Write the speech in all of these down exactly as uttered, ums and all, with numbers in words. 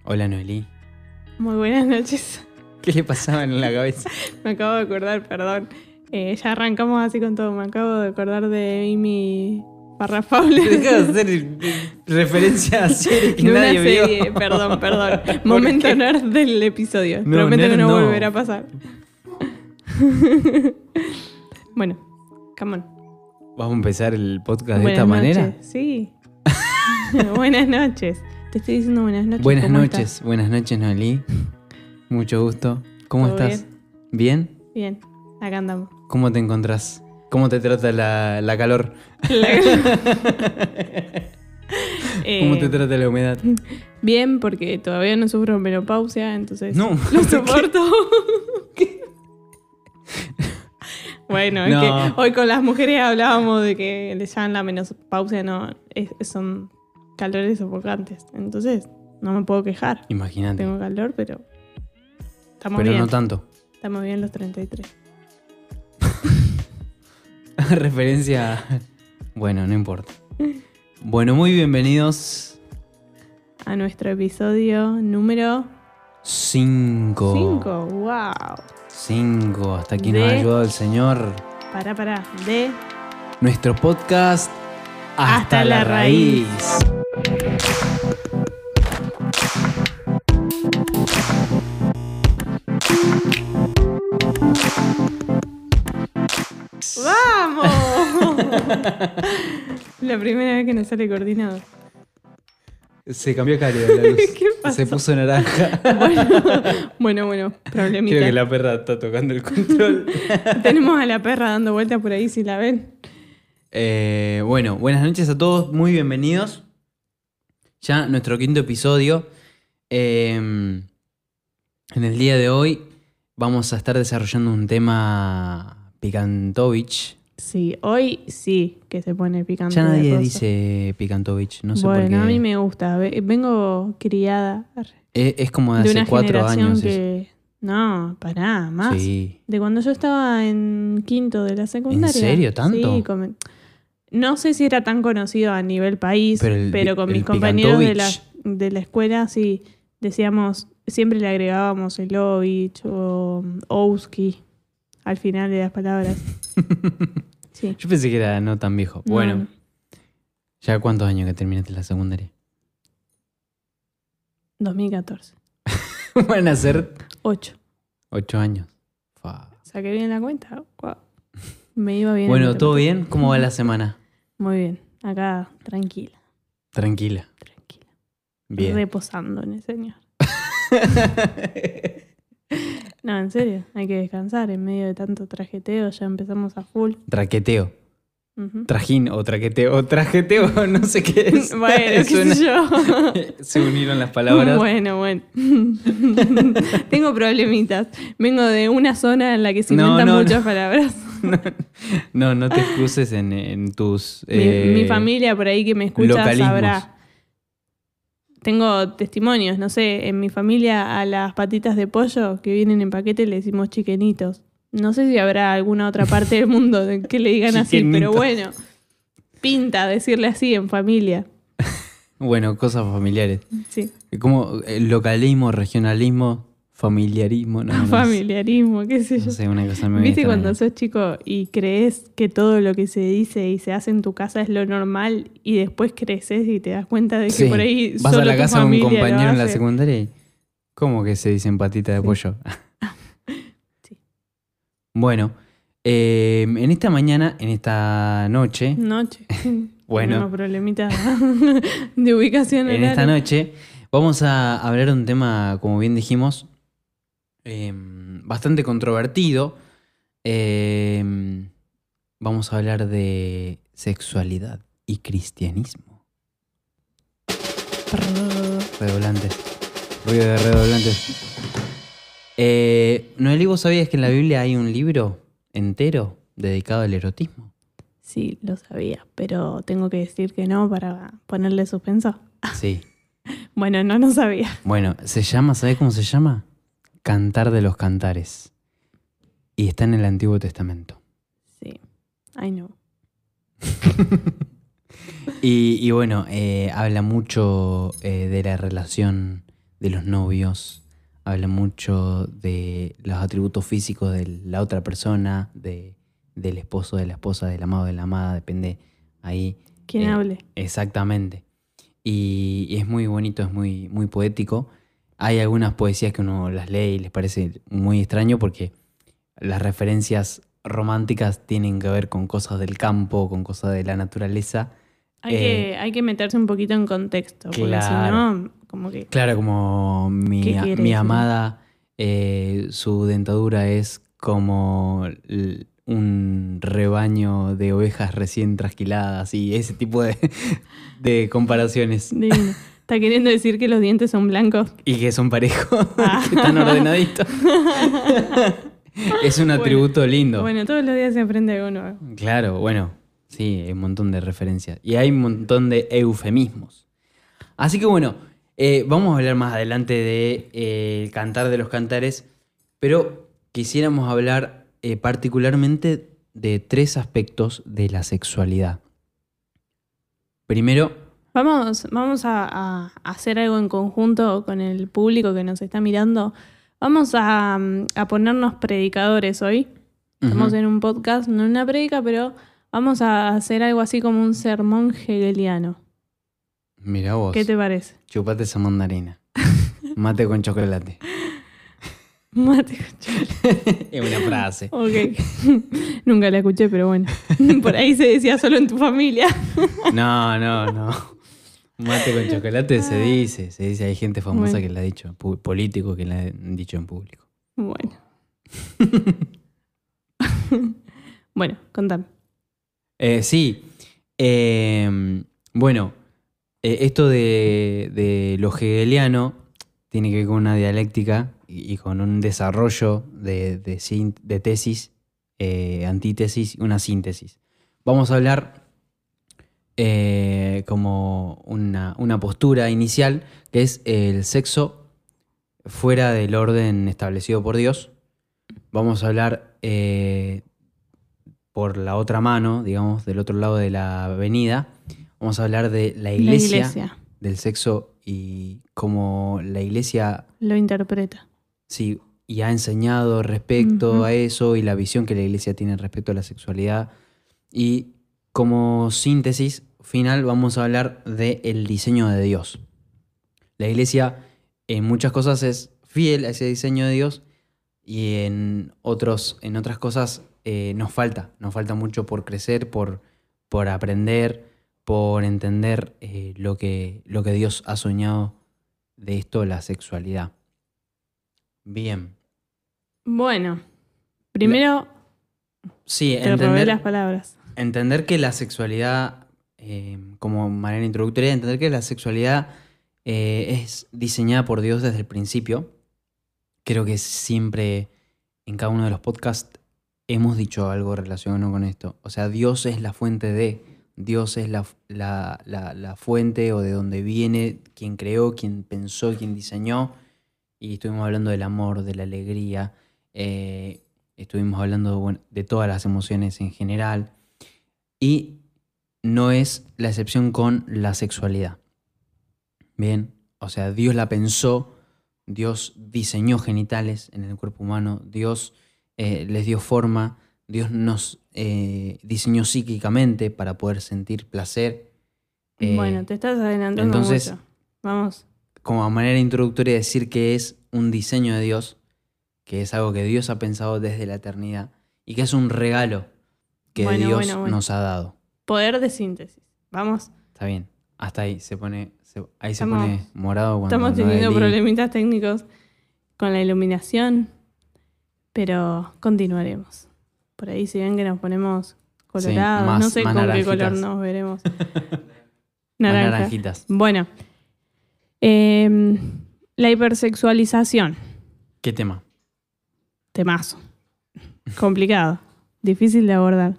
Hola, Noelí. Muy buenas noches. ¿Qué le pasaba en la cabeza? Me acabo de acordar, perdón. Eh, ya arrancamos así con todo. Me acabo de acordar de Amy Farrafable. Deja de hacer referencia a series que de una nadie serie, vio. perdón, perdón. Momento nerd del episodio. No, Prometo nerd que no, no. volverá a pasar. Bueno, come on. ¿Vamos a empezar el podcast de Buenas esta noches. manera? Sí. Buenas noches. Te estoy diciendo buenas noches. Buenas ¿Cómo noches, estás? buenas noches, Noelí. Mucho gusto. ¿Cómo ¿Todo estás? ¿Bien? Bien, acá andamos. ¿Cómo te encontrás? ¿Cómo te trata la, la calor? ¿Cómo Eh, te trata la humedad? Bien, porque todavía no sufro menopausia, entonces No. lo soporto. Bueno, es No. que hoy con las mujeres hablábamos de que les llaman la menopausia, no, es- son calores sofocantes. Entonces, no me puedo quejar. Imagínate. Tengo calor, pero estamos Pero bien. no tanto. Estamos bien los treinta y tres. Referencia a... Bueno, no importa. Bueno, muy bienvenidos. A nuestro episodio número Cinco. cinco. Wow. Cinco. Hasta aquí De- nos ha ayudado el Señor. Pará, pará. De Nuestro podcast Hasta, Hasta la la raíz. ¡Vamos! La primera vez que nos sale coordinado. Se cambió cálida la luz. ¿Qué pasó? Se puso naranja. Bueno, bueno, bueno, problemita. Creo que la perra está tocando el control. Tenemos a la perra dando vueltas por ahí, si la ven. Eh, bueno, buenas noches a todos. Muy bienvenidos. Ya nuestro quinto episodio. Eh, en el día de hoy vamos a estar desarrollando un tema picantovich. Sí, hoy sí que se pone picante. Ya la nadie cosa. dice picantovich, no sé bueno, por qué. a mí me gusta. Ve- Vengo criada Es, es como de de hace una cuatro generación años. eso. que... No, pará, más. Sí. De cuando yo estaba en quinto de la secundaria. serio? ¿Tanto? Sí, come- no sé si era tan conocido a nivel país, Pero pero, el- con el mis compañeros de la, Picantovich. de la escuela sí decíamos, siempre le agregábamos el Ovich o Ouski al final de las palabras. Sí. Yo pensé que era no tan viejo. No, Bueno, no. ¿ya cuántos años que terminaste la secundaria? dos mil catorce. Van a ser ocho. ocho años. Fa. Saqué bien la cuenta. Guau. Me iba bien. en Bueno, ¿todo matemáticas. bien? ¿Cómo va la semana? Muy bien. Acá, tranquila, Tranquila. tranquila. Bien. Reposando en el Señor. No, en serio, hay que descansar en medio de tanto trajeteo, ya empezamos a full. Traqueteo. Ujú. Trajín o traqueteo. O trajeteo, no sé qué es. Bueno, qué Suena- sé yo. Se unieron las palabras. Bueno, bueno. Tengo problemitas. Vengo de una zona en la que se No, inventan no, muchas no. palabras. No, no te excuses en, en tus... Mi, eh, mi familia por ahí que me escucha localismos. sabrá. Tengo testimonios, no sé, en mi familia a las patitas de pollo que vienen en paquete le decimos chiquenitos. No sé si habrá alguna otra parte del mundo de que le digan así, pero Chiquenitos. bueno, pinta decirle así en familia. Bueno, cosas familiares. Sí, Como eh, localismo, regionalismo, familiarismo. No, no sé. familiarismo, qué sé yo. No sé, una cosa me ¿Viste cuando sos chico y crees que todo lo que se dice y se hace en tu casa es lo normal y después creces y te das cuenta de que Sí. por ahí Vas solo a la tu casa de un familia lo compañero en la hace? secundaria y... ¿Cómo que se dicen patita de Sí. pollo? Sí. Bueno, eh, en esta mañana, en esta noche, Noche. Bueno. Tenemos problemitas de ubicación en horaria. esta noche, vamos a hablar de un tema, como bien dijimos, eh, bastante controvertido. Eh, vamos a hablar de sexualidad y cristianismo. Redoblantes. Ruido de redoblantes. Eh, Noelí, ¿vos sabías que en la Biblia hay un libro entero dedicado al erotismo? Sí, lo sabía, pero tengo que decir que no para ponerle suspenso. Sí. Bueno, no, no sabía. Bueno, se llama, ¿sabés cómo se llama? Cantar de los Cantares. Y está en el Antiguo Testamento. Sí, I know. Y, y bueno, eh, habla mucho eh, de la relación de los novios, habla mucho de los atributos físicos de la otra persona, de, del esposo, de la esposa, del amado, de la amada, depende ahí. ¿Quién Eh, hable? Exactamente. Y, y es muy bonito, es muy, muy poético. Hay algunas poesías que uno las lee y les parece muy extraño porque las referencias románticas tienen que ver con cosas del campo, con cosas de la naturaleza. Hay, Eh, que, hay que meterse un poquito en contexto, porque si claro. no, como que... Claro, como mi, ¿Qué quiere mi decir? amada, eh, su dentadura es como l- un rebaño de ovejas recién trasquiladas y ese tipo de, de comparaciones. Divino. ¿Está queriendo decir que los dientes son blancos? Y que son parejos, Ah. que están ordenaditos. Es un atributo Bueno, lindo. Bueno, todos los días se aprende algo nuevo. Claro, bueno, sí, hay un montón de referencias. Y hay un montón de eufemismos. Así que bueno, eh, vamos a hablar más adelante de eh, el cantar de los cantares, pero quisiéramos hablar eh, particularmente de tres aspectos de la sexualidad. Primero, Vamos, vamos a, a hacer algo en conjunto con el público que nos está mirando. Vamos a, a ponernos predicadores hoy. Estamos ujú, en un podcast, no en una predica, pero vamos a hacer algo así como un sermón hegeliano. mira vos, ¿Qué te parece? chupate esa mandarina, mate con chocolate. Mate con chocolate. Es una frase. Ok. Nunca la escuché, pero bueno. Por ahí se decía solo en tu familia. No, no, no. Mate con chocolate se dice, se dice, hay gente famosa Bueno. que la ha dicho, pu- políticos que la han dicho en público. Bueno. Bueno, contame. Eh, sí, eh, bueno, eh, esto de, de lo hegeliano tiene que ver con una dialéctica y, y con un desarrollo de, de, sin- de tesis, eh, antítesis y una síntesis. Vamos a hablar eh, como una, una postura inicial que es el sexo fuera del orden establecido por Dios. Vamos a hablar eh, por la otra mano, digamos, del otro lado de la avenida. Vamos a hablar de la iglesia, La iglesia del sexo y cómo la iglesia lo interpreta. sí, y ha enseñado respecto Ujú. a eso y la visión que la iglesia tiene respecto a la sexualidad. Y como síntesis final vamos a hablar del diseño de Dios. La iglesia en muchas cosas es fiel a ese diseño de Dios y en, otros, en otras cosas eh, nos falta, nos falta mucho por crecer, por, por aprender, por entender eh, lo, que, lo que Dios ha soñado de esto, la sexualidad. Bien. Bueno, primero Sí, te robé entender, las palabras. entender que la sexualidad, eh, como manera introductoria, entender que la sexualidad eh, es diseñada por Dios desde el principio. Creo que siempre en cada uno de los podcasts hemos dicho algo relacionado con esto. O sea, Dios es la fuente de, Dios es la, la, la, la fuente o de donde viene, quien creó, quien pensó, quien diseñó. Y estuvimos hablando del amor, de la alegría, eh, estuvimos hablando bueno, de todas las emociones en general. Y no es la excepción con la sexualidad. Bien, o sea, Dios la pensó, Dios diseñó genitales en el cuerpo humano, Dios eh, les dio forma, Dios nos eh, diseñó psíquicamente para poder sentir placer. Eh, Bueno, te estás adelantando entonces, mucho. Vamos. como manera introductoria decir que es un diseño de Dios, que es algo que Dios ha pensado desde la eternidad y que es un regalo que Bueno, Dios bueno, bueno. nos ha dado. Poder de síntesis. Vamos. Está bien, hasta ahí se pone, se- ahí se Estamos- pone morado cuando Estamos no teniendo hay li- problemitas técnicos con la iluminación, pero continuaremos. Por ahí si ven que nos ponemos colorados, más- no sé más con qué naranjitas. color nos veremos. Más Naranja. naranjitas. Bueno, eh, la hipersexualización, ¿Qué tema? temazo. Complicado, difícil de abordar.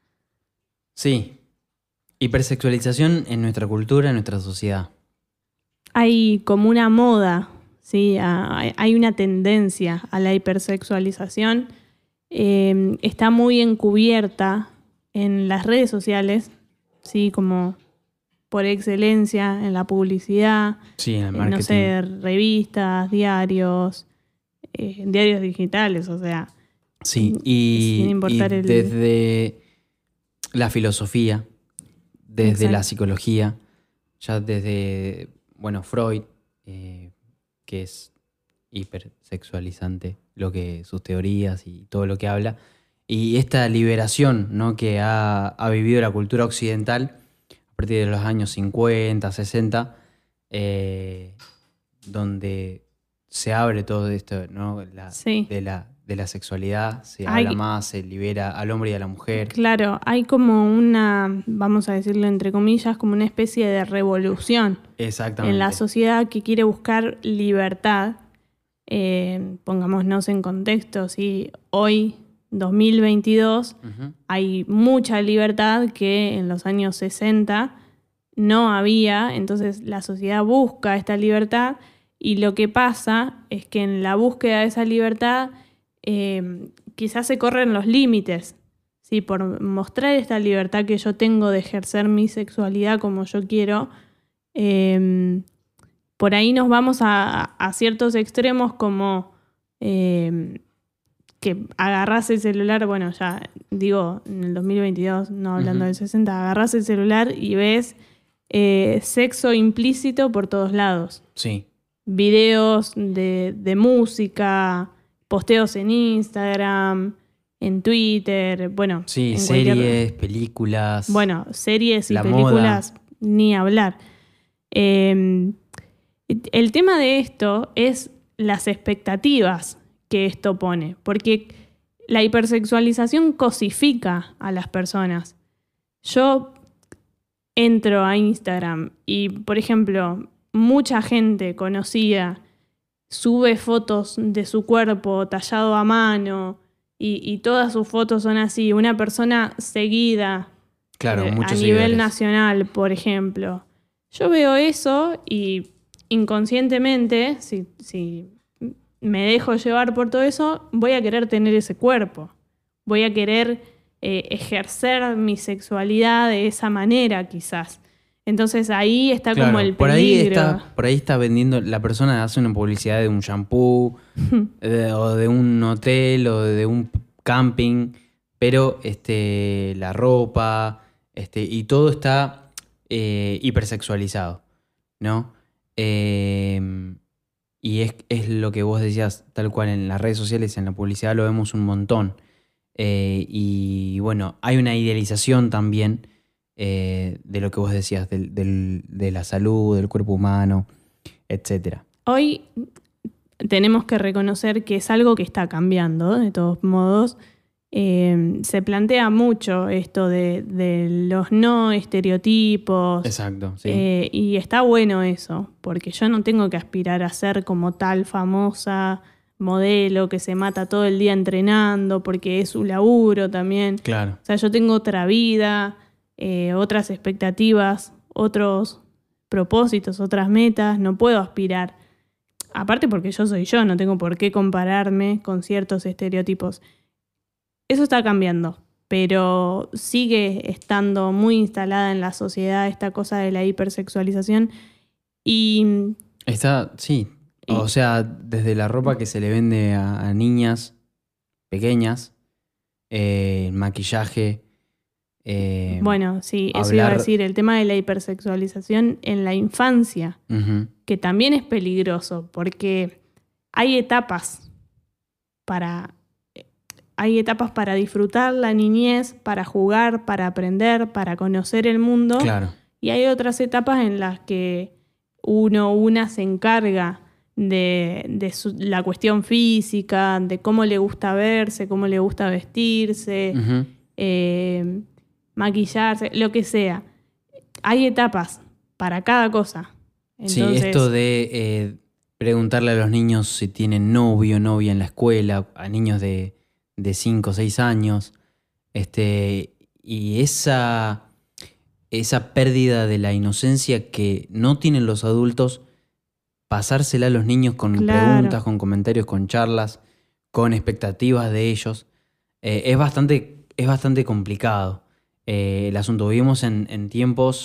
Sí, hipersexualización en nuestra cultura, en nuestra sociedad. Hay como una moda, ¿sí? A- hay- hay una tendencia a la hipersexualización. Eh, está muy encubierta en las redes sociales, ¿sí? Como por excelencia en la publicidad, Sí, en el eh, marketing. no sé, revistas, diarios, eh, diarios digitales, o sea, Sí, sin y, y importar el... desde la filosofía, desde la Exacto. psicología, ya desde, bueno, Freud, eh, que es hipersexualizante, lo que sus teorías y todo lo que habla, y esta liberación, ¿no?, que ha, ha vivido la cultura occidental a partir de los años cincuenta, sesenta, eh, donde se abre todo esto, ¿no?, la, Sí. de, la, de la sexualidad, se Hay- habla más, se libera al hombre y a la mujer. Claro, hay como una, vamos a decirlo entre comillas, como una especie de revolución Exactamente. en la sociedad que quiere buscar libertad. Eh, pongámonos en contexto, ¿sí? Hoy, dos mil veintidós, Ujú. hay mucha libertad que en los años sesenta no había, entonces la sociedad busca esta libertad y lo que pasa es que en la búsqueda de esa libertad eh, quizás se corren los límites, ¿sí? Por mostrar esta libertad que yo tengo de ejercer mi sexualidad como yo quiero, eh, por ahí nos vamos a, a ciertos extremos como eh, que agarrás el celular, bueno, ya digo, en el dos mil veintidós, no hablando Ujú. del sesenta, agarrás el celular y ves eh, sexo implícito por todos lados. Sí, Videos de, de música, posteos en Instagram, en Twitter, bueno, sí, en series, cualquier... películas. Bueno, series y la películas, ni hablar. Eh, el tema de esto es las expectativas que esto pone, porque la hipersexualización cosifica a las personas. Yo entro a Instagram y, por ejemplo, mucha gente conocida sube fotos de su cuerpo tallado a mano y, y todas sus fotos son así. Una persona seguida Claro, eh, a muchos nivel seguidores. nacional, por ejemplo. Yo veo eso y inconscientemente, si, si me dejo llevar por todo eso, voy a querer tener ese cuerpo. Voy a querer eh, ejercer mi sexualidad de esa manera, quizás. Entonces ahí está Claro, como el por ahí peligro. está, por ahí está vendiendo, la persona hace una publicidad de un shampoo, de- o de un hotel, o de un camping, pero este, la ropa, este, y todo está eh, hipersexualizado, ¿no? Eh, y es, es lo que vos decías, tal cual en las redes sociales, en la publicidad lo vemos un montón. Eh, y bueno, hay una idealización también eh, de lo que vos decías, del- del- de la salud, del cuerpo humano, etcétera. Hoy tenemos que reconocer que es algo que está cambiando, de todos modos. Eh, se plantea mucho esto de, de los no estereotipos. Exacto, sí. Eh, y está bueno eso, porque yo no tengo que aspirar a ser como tal famosa modelo que se mata todo el día entrenando, porque es su laburo también. Claro. O sea, yo tengo otra vida, eh, otras expectativas, otros propósitos, otras metas, no puedo aspirar. Aparte porque yo soy yo, no tengo por qué compararme con ciertos estereotipos. Eso está cambiando, pero sigue estando muy instalada en la sociedad esta cosa de la hipersexualización y... Está, sí. Y- O sea, desde la ropa que se le vende a, a niñas pequeñas, eh, el maquillaje. eh, Bueno, sí, eso iba a hablar- decir, el tema de la hipersexualización en la infancia, ujú, que también es peligroso, porque hay etapas para, hay etapas para disfrutar la niñez, para jugar, para aprender, para conocer el mundo, Claro. y hay otras etapas en las que uno o una se encarga de, de su- la cuestión física, de cómo le gusta verse, cómo le gusta vestirse, Ujú. eh, maquillarse, lo que sea. Hay etapas para cada cosa. Entonces, Sí, esto de eh, preguntarle a los niños si tienen novio o novia en la escuela, a niños de, de cinco o seis años, este, y esa, esa pérdida de la inocencia que no tienen los adultos, pasársela a los niños con Claro. preguntas, con comentarios, con charlas, con expectativas de ellos, eh, es bastante, es bastante complicado eh, el asunto. Vivimos en, en tiempos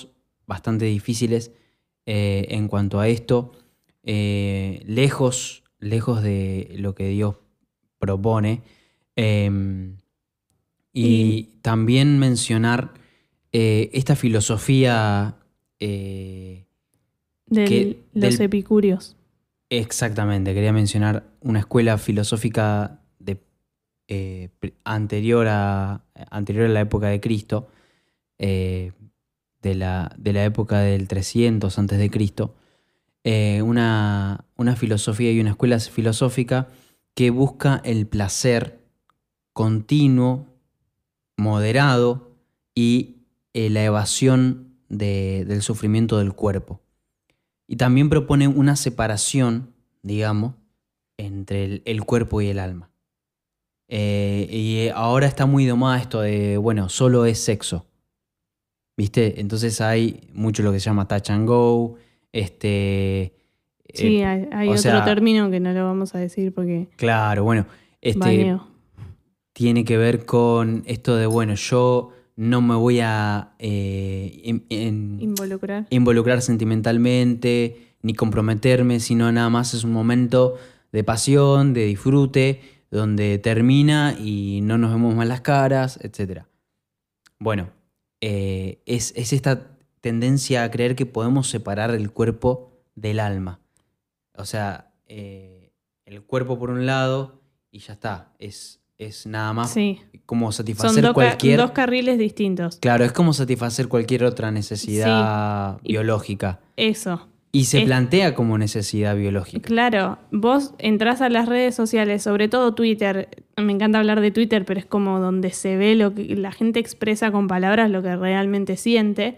bastante difíciles eh, en cuanto a esto, eh, lejos, lejos de lo que Dios propone. Eh, y, Y también mencionar eh, esta filosofía eh, del, que los del epicúreos. exactamente, quería mencionar una escuela filosófica de, eh, pri- anterior, a, anterior a la época de Cristo, eh, de la, de la época del trescientos antes de Cristo, eh, una, una filosofía y una escuela filosófica que busca el placer continuo, moderado y eh, la evasión de- del sufrimiento del cuerpo. Y también propone una separación, digamos, entre el, el cuerpo y el alma. Eh, y ahora está muy de moda esto de, bueno, solo es sexo, ¿viste? Entonces hay mucho lo que se llama touch and go, este, Sí, eh, hay, hay o otro sea, término que no lo vamos a decir porque claro, bueno, este baneo. tiene que ver con esto de, bueno, yo no me voy a eh, en- en- Involucrar. involucrar sentimentalmente ni comprometerme, sino nada más es un momento de pasión, de disfrute, donde termina y no nos vemos más las caras, etcétera. Bueno, eh, es, es esta tendencia a creer que podemos separar el cuerpo del alma. O sea, eh, el cuerpo por un lado y ya está. Es, es nada más Sí. como Son satisfacer dos, ca- dos cualquier... carriles distintos. Claro, es como satisfacer cualquier otra Sí. necesidad Y biológica. eso. Y se Es, plantea como necesidad biológica. claro, vos entrás a las redes sociales, sobre todo Twitter. Me encanta hablar de Twitter, pero es como donde se ve lo que la gente expresa con palabras lo que realmente siente.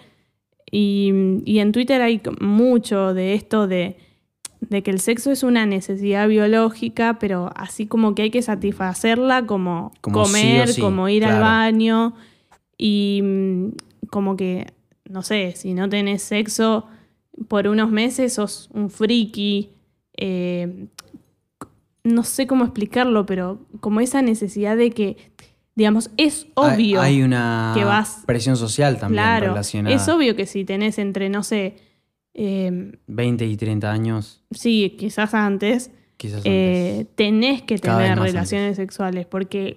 Y, y en Twitter hay mucho de esto de, de que el sexo es una necesidad biológica, pero así como que hay que satisfacerla, como, Como sí o comer, sí, como ir al claro. baño. Y mm, como que, no sé, si no tenés sexo por unos meses sos un friki. eh, no sé cómo explicarlo, pero como esa necesidad de que, digamos, es Hay, obvio hay una que vas. presión social también Claro, relacionada. es obvio que si tenés entre, no sé, eh, veinte y treinta años, sí, quizás antes, quizás eh, antes. tenés que Cada vez tener más relaciones sexuales porque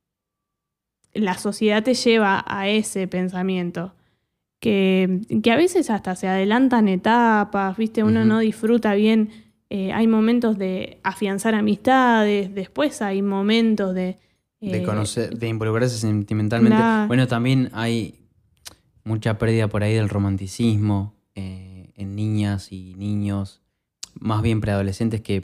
la sociedad te lleva a ese pensamiento. Que, que a veces hasta se adelantan etapas, ¿viste? Uno Ujú. no disfruta bien. eh, hay momentos de afianzar amistades, después hay momentos de. De eh, conocer, de involucrarse sentimentalmente. claro, Bueno, también hay mucha pérdida por ahí del romanticismo eh, en niñas y niños, más bien preadolescentes, que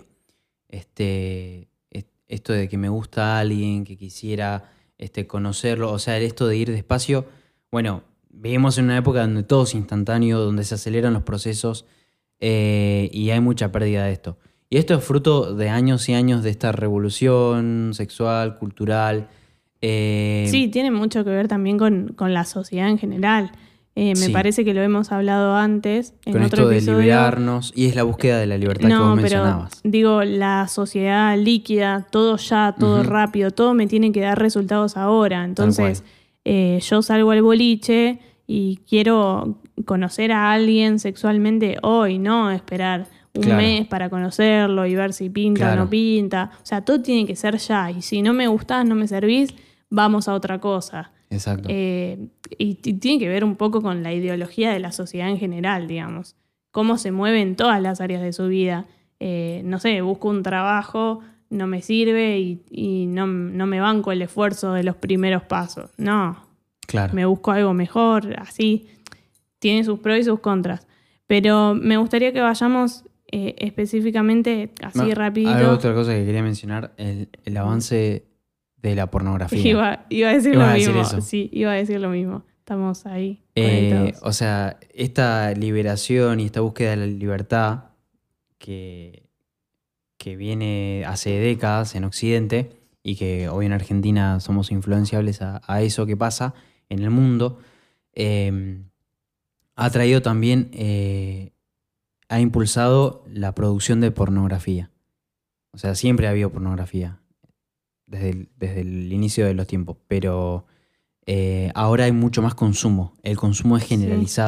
este, est- esto de que me gusta alguien, que quisiera este, conocerlo, o sea, esto de ir despacio, bueno, vivimos en una época donde todo es instantáneo, donde se aceleran los procesos eh, y hay mucha pérdida de esto. Y esto es fruto de años y años de esta revolución sexual, cultural. eh, sí, tiene mucho que ver también con, con la sociedad en general. Eh, me sí, parece que lo hemos hablado antes en con otro esto de episodio. liberarnos y es la búsqueda de la libertad que vos No, pero mencionabas. digo, la sociedad líquida, todo ya, todo Ujú. rápido, todo me tiene que dar resultados ahora. Entonces, cual. eh, yo salgo al boliche y quiero conocer a alguien sexualmente hoy, no esperar un Claro. mes para conocerlo y ver si pinta o Claro. no pinta. O sea, todo tiene que ser ya. Y si no me gustás, no me servís, vamos a otra cosa. Exacto. Eh, y t- tiene que ver un poco con la ideología de la sociedad en general, digamos. Cómo se mueve en todas las áreas de su vida. Eh, no sé, busco un trabajo, no me sirve y, y no, no me banco el esfuerzo de los primeros pasos. No, Claro. me busco algo mejor, así. Tiene sus pros y sus contras. Pero me gustaría que vayamos eh, específicamente, así No, rapidito. Hay otra cosa que quería mencionar, el, el avance de la pornografía. Iba, iba a decir Ibas lo a decir mismo. eso. Sí, iba a decir lo mismo. Estamos ahí Eh, conectados. o sea, esta liberación y esta búsqueda de la libertad que, que viene hace décadas en Occidente y que hoy en Argentina somos influenciables a, a eso que pasa en el mundo, eh, ha traído también, eh, ha impulsado la producción de pornografía. O sea, siempre ha habido pornografía desde el, desde el inicio de los tiempos, pero eh, ahora hay mucho más consumo. El consumo es Sí. generalizado.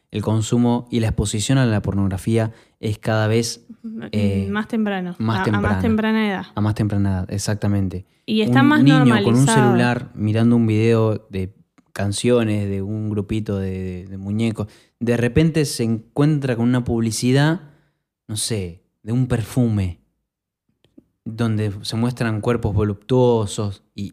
el consumo y la exposición a la pornografía es cada vez eh, más temprano, más a, temprana, a más temprana edad. A más temprana edad, exactamente. Y está un más niño normalizado. con un celular mirando un video de canciones de un grupito de, de, de muñecos, de repente se encuentra con una publicidad, no sé, de un perfume, donde se muestran cuerpos voluptuosos y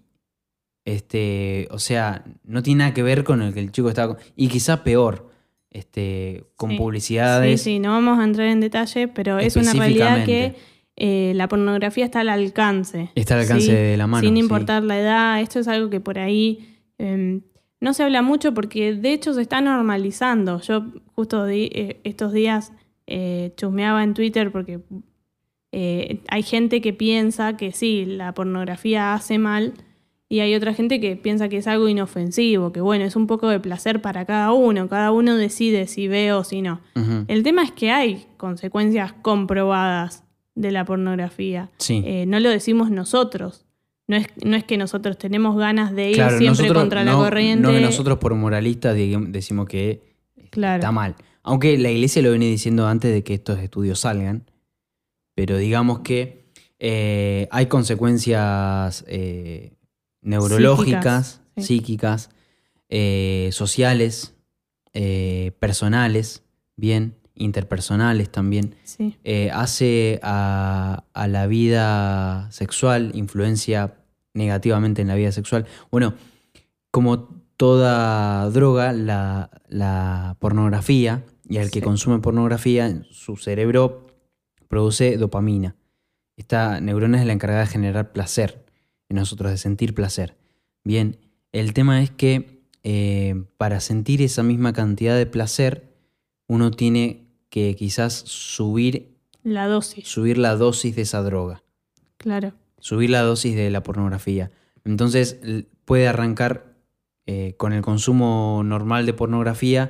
este, o sea, no tiene nada que ver con el que el chico está, y quizá peor, este, con sí. publicidades. Sí, sí, no vamos a entrar en detalle, pero es una realidad que eh, la pornografía está al alcance. Está al alcance ¿sí? de la mano. Sin importar sí. la edad, esto es algo que por ahí eh, no se habla mucho porque de hecho se está normalizando. Yo justo di, eh, estos días eh, chusmeaba en Twitter porque eh, hay gente que piensa que sí, la pornografía hace mal. Y hay otra gente que piensa que es algo inofensivo, que bueno, es un poco de placer para cada uno, cada uno decide si ve o si no. Uh-huh. El tema es que hay consecuencias comprobadas de la pornografía. Sí. Eh, no lo decimos nosotros. No es, no es que nosotros tenemos ganas de ir claro, siempre nosotros, contra no, la corriente. No que nosotros por moralistas decimos que claro. está mal. Aunque la iglesia lo viene diciendo antes de que estos estudios salgan. Pero digamos que eh, hay consecuencias... Eh, neurológicas, psíquicas, sí. psíquicas eh, sociales, eh, personales, bien, interpersonales también. Sí. Eh, hace a, a la vida sexual, influencia negativamente en la vida sexual. Bueno, como toda droga, la, la pornografía, y al que sí. consume pornografía, su cerebro produce dopamina. Esta neurona es la encargada de generar placer en nosotros, de sentir placer. Bien, el tema es que eh, para sentir esa misma cantidad de placer, uno tiene que quizás subir la dosis. Subir la dosis de esa droga. Claro. Subir la dosis de la pornografía. Entonces puede arrancar eh, con el consumo normal de pornografía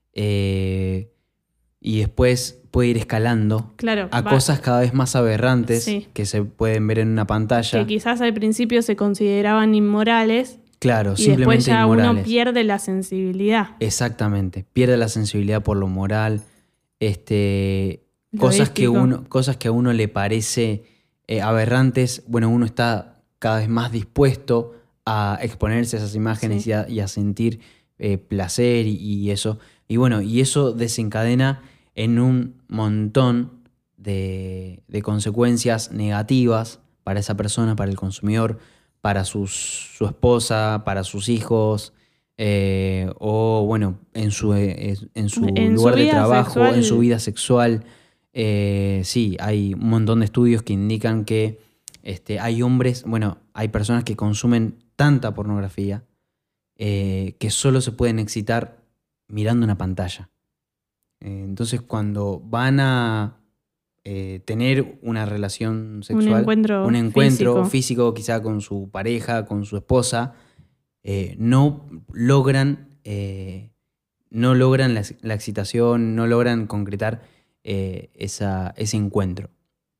eh, y después puede ir escalando claro, a va. cosas cada vez más aberrantes sí. que se pueden ver en una pantalla. Que quizás al principio se consideraban inmorales. Claro, y simplemente después ya inmorales. Uno pierde la sensibilidad. Exactamente, pierde la sensibilidad por lo moral, este, cosas que, uno, cosas que a uno le parece eh, aberrantes. Bueno, uno está cada vez más dispuesto a exponerse a esas imágenes sí. y, a, y a sentir eh, placer y, y eso. Y bueno, y eso desencadena en un montón de, de consecuencias negativas para esa persona, para el consumidor, para sus, su esposa, para sus hijos, eh, o bueno, en su, eh, en su en lugar su de trabajo, sexual. en su vida sexual. Eh, sí, hay un montón de estudios que indican que este, hay hombres, bueno, hay personas que consumen tanta pornografía eh, que solo se pueden excitar mirando una pantalla. Eh, entonces, cuando van a eh, tener una relación sexual, un encuentro, un encuentro físico. físico, quizá con su pareja, con su esposa, eh, no logran, eh, no logran la, la excitación, no logran concretar eh, esa, ese encuentro.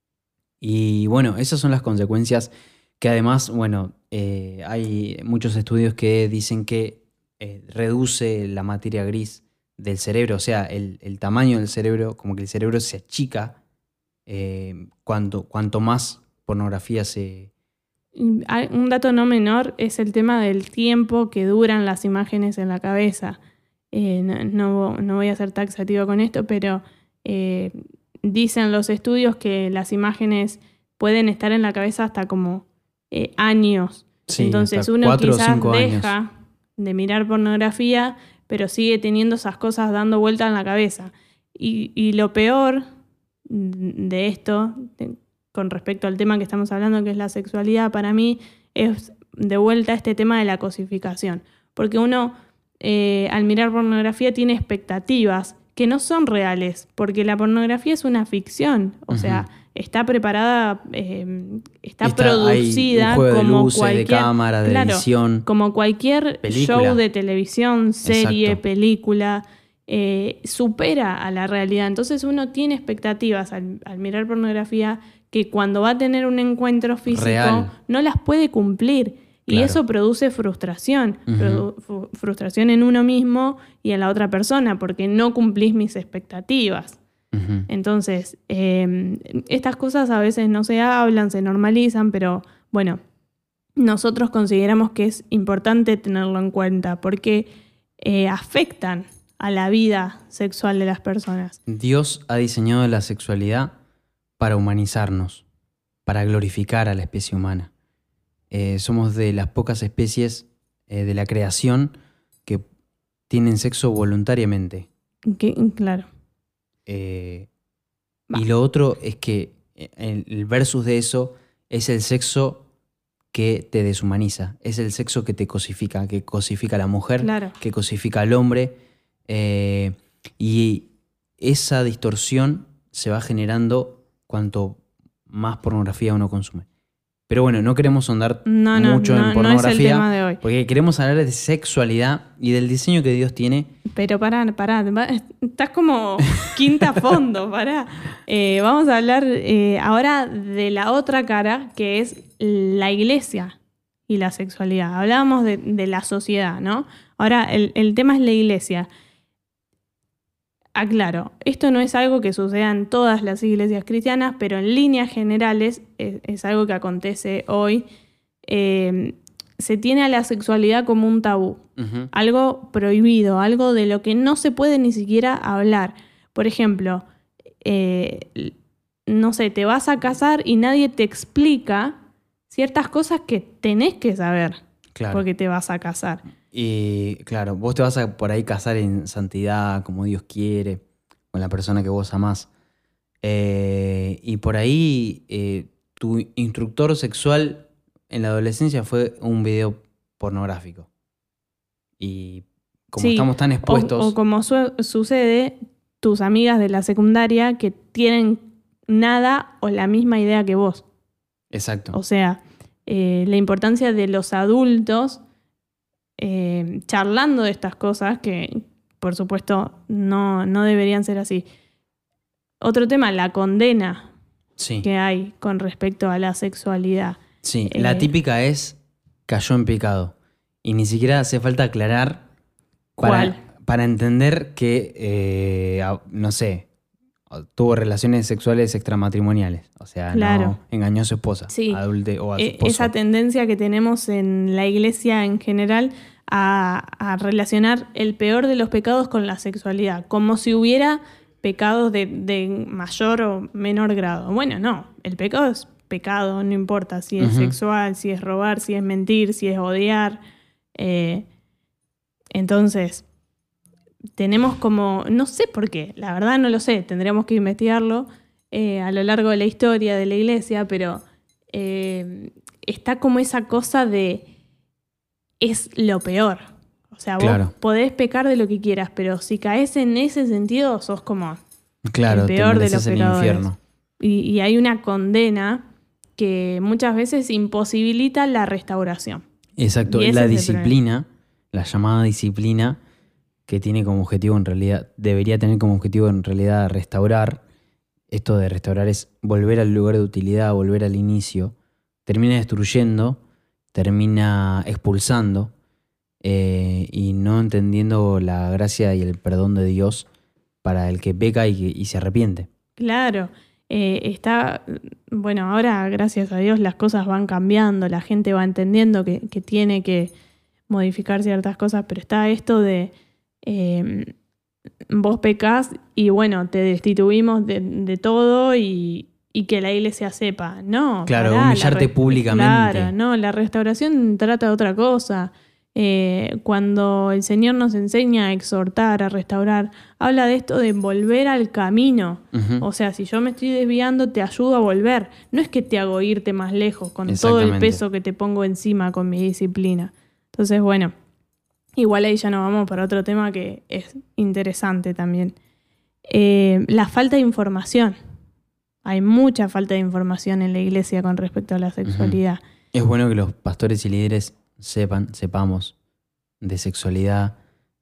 Y bueno, esas son las consecuencias que además, bueno, eh, hay muchos estudios que dicen que eh, reduce la materia gris del cerebro, o sea, el, el tamaño del cerebro, como que el cerebro se achica eh, cuanto, cuanto más pornografía se... Un dato no menor es el tema del tiempo que duran las imágenes en la cabeza. Eh, no, no, no voy a ser taxativa con esto, pero eh, dicen los estudios que las imágenes pueden estar en la cabeza hasta como eh, años. Sí, entonces uno cuatro quizás o cinco deja años. de mirar pornografía, pero sigue teniendo esas cosas dando vuelta en la cabeza. Y, y lo peor de esto, de, con respecto al tema que estamos hablando, que es la sexualidad, para mí es de vuelta este tema de la cosificación. Porque uno, eh, al mirar pornografía, tiene expectativas que no son reales, porque la pornografía es una ficción. O uh-huh. sea, está preparada, eh, está, está producida como de luces, cualquier de cámara, de claro, edición, como cualquier película. show de televisión, serie, Exacto. película, eh, supera a la realidad. Entonces uno tiene expectativas al, al mirar pornografía que cuando va a tener un encuentro físico Real. no las puede cumplir. Y Claro. eso produce frustración, Ujú. produ- fu- frustración en uno mismo y en la otra persona, porque no cumplís mis expectativas. Ujú. Entonces, eh, estas cosas a veces no se hablan, se normalizan, pero bueno, nosotros consideramos que es importante tenerlo en cuenta porque eh, afectan a la vida sexual de las personas. Dios ha diseñado la sexualidad para humanizarnos, para glorificar a la especie humana. Eh, somos de las pocas especies eh, de la creación que tienen sexo voluntariamente. Que, claro. Eh, Va. y lo otro es que el, el versus de eso es el sexo que te deshumaniza, es el sexo que te cosifica, que cosifica a la mujer, Claro. que cosifica al hombre, eh, y esa distorsión se va generando cuanto más pornografía uno consume. Pero bueno, no queremos ahondar No, no, mucho no, en no pornografía, es el tema de hoy. porque queremos hablar de sexualidad y del diseño que Dios tiene. Pero pará, pará, va- estás como quinta a fondo, pará. Eh, vamos a hablar eh, ahora de la otra cara, que es la iglesia y la sexualidad. Hablábamos de, de la sociedad, ¿no? Ahora el, el tema es la iglesia. Aclaro, esto no es algo que suceda en todas las iglesias cristianas, pero en líneas generales es, es algo que acontece hoy. Eh, se tiene a la sexualidad como un tabú. Ujú. Algo prohibido, algo de lo que no se puede ni siquiera hablar. Por ejemplo, eh, no sé, te vas a casar y nadie te explica ciertas cosas que tenés que saber Claro. porque te vas a casar. Y claro, vos te vas a por ahí casar en santidad, como Dios quiere, con la persona que vos amás. Eh, y por ahí eh, tu instructor sexual en la adolescencia fue un video pornográfico. Y como Sí, estamos tan O, expuestos... o como su- sucede, tus amigas de la secundaria que tienen nada o la misma idea que vos. Exacto. O sea, eh, la importancia de los adultos eh, charlando de estas cosas que, por supuesto, no, no deberían ser así. Otro tema, la condena Sí, que hay con respecto a la sexualidad. sí. eh, La típica es cayó en pecado. Y ni siquiera hace falta aclarar ¿Cuál? para, para entender que, eh, a- no sé, tuvo relaciones sexuales extramatrimoniales. O sea, Claro. no engañó a su esposa, Sí. adulte o a su E- esposo. esa tendencia que tenemos en la iglesia en general a, a relacionar el peor de los pecados con la sexualidad, como si hubiera pecados de, de mayor o menor grado. Bueno, no, el pecado es pecado, no importa si es Ujú. sexual, si es robar, si es mentir, si es odiar. Eh, entonces, tenemos como, no sé por qué, la verdad no lo sé, tendremos que investigarlo eh, a lo largo de la historia de la iglesia, pero eh, está como esa cosa de es lo peor. O sea, vos Claro. podés pecar de lo que quieras, pero si caes en ese sentido, sos como Claro, el te peor de mereces los el pecadores. infierno. Y, y hay una condena que muchas veces imposibilita la restauración. Exacto, Y ese la es el disciplina, la llamada disciplina, que tiene como objetivo en realidad, debería tener como objetivo en realidad restaurar. Esto de restaurar es volver al lugar de utilidad, volver al inicio. Termina destruyendo, termina expulsando eh, y no entendiendo la gracia y el perdón de Dios para el que peca y, que- y se arrepiente. Claro, eh, está, bueno, ahora gracias a Dios las cosas van cambiando, la gente va entendiendo que, que tiene que modificar ciertas cosas, pero está esto de eh, vos pecás y bueno, te destituimos de, de todo y, y que la iglesia sepa. No, Claro, pará, la humillarte re- públicamente. Claro, no, la restauración trata de otra cosa. Eh, cuando el Señor nos enseña a exhortar, a restaurar, habla de esto de volver al camino. Ujú. O sea, si yo me estoy desviando, te ayudo a volver. No es que te hago irte más lejos con todo el Exactamente. peso que te pongo encima con mi disciplina. Entonces, bueno, igual ahí ya nos vamos para otro tema que es interesante también. Eh, la falta de información. Hay mucha falta de información en la iglesia con respecto a la sexualidad. Es bueno que los pastores y líderes sepan, sepamos de sexualidad,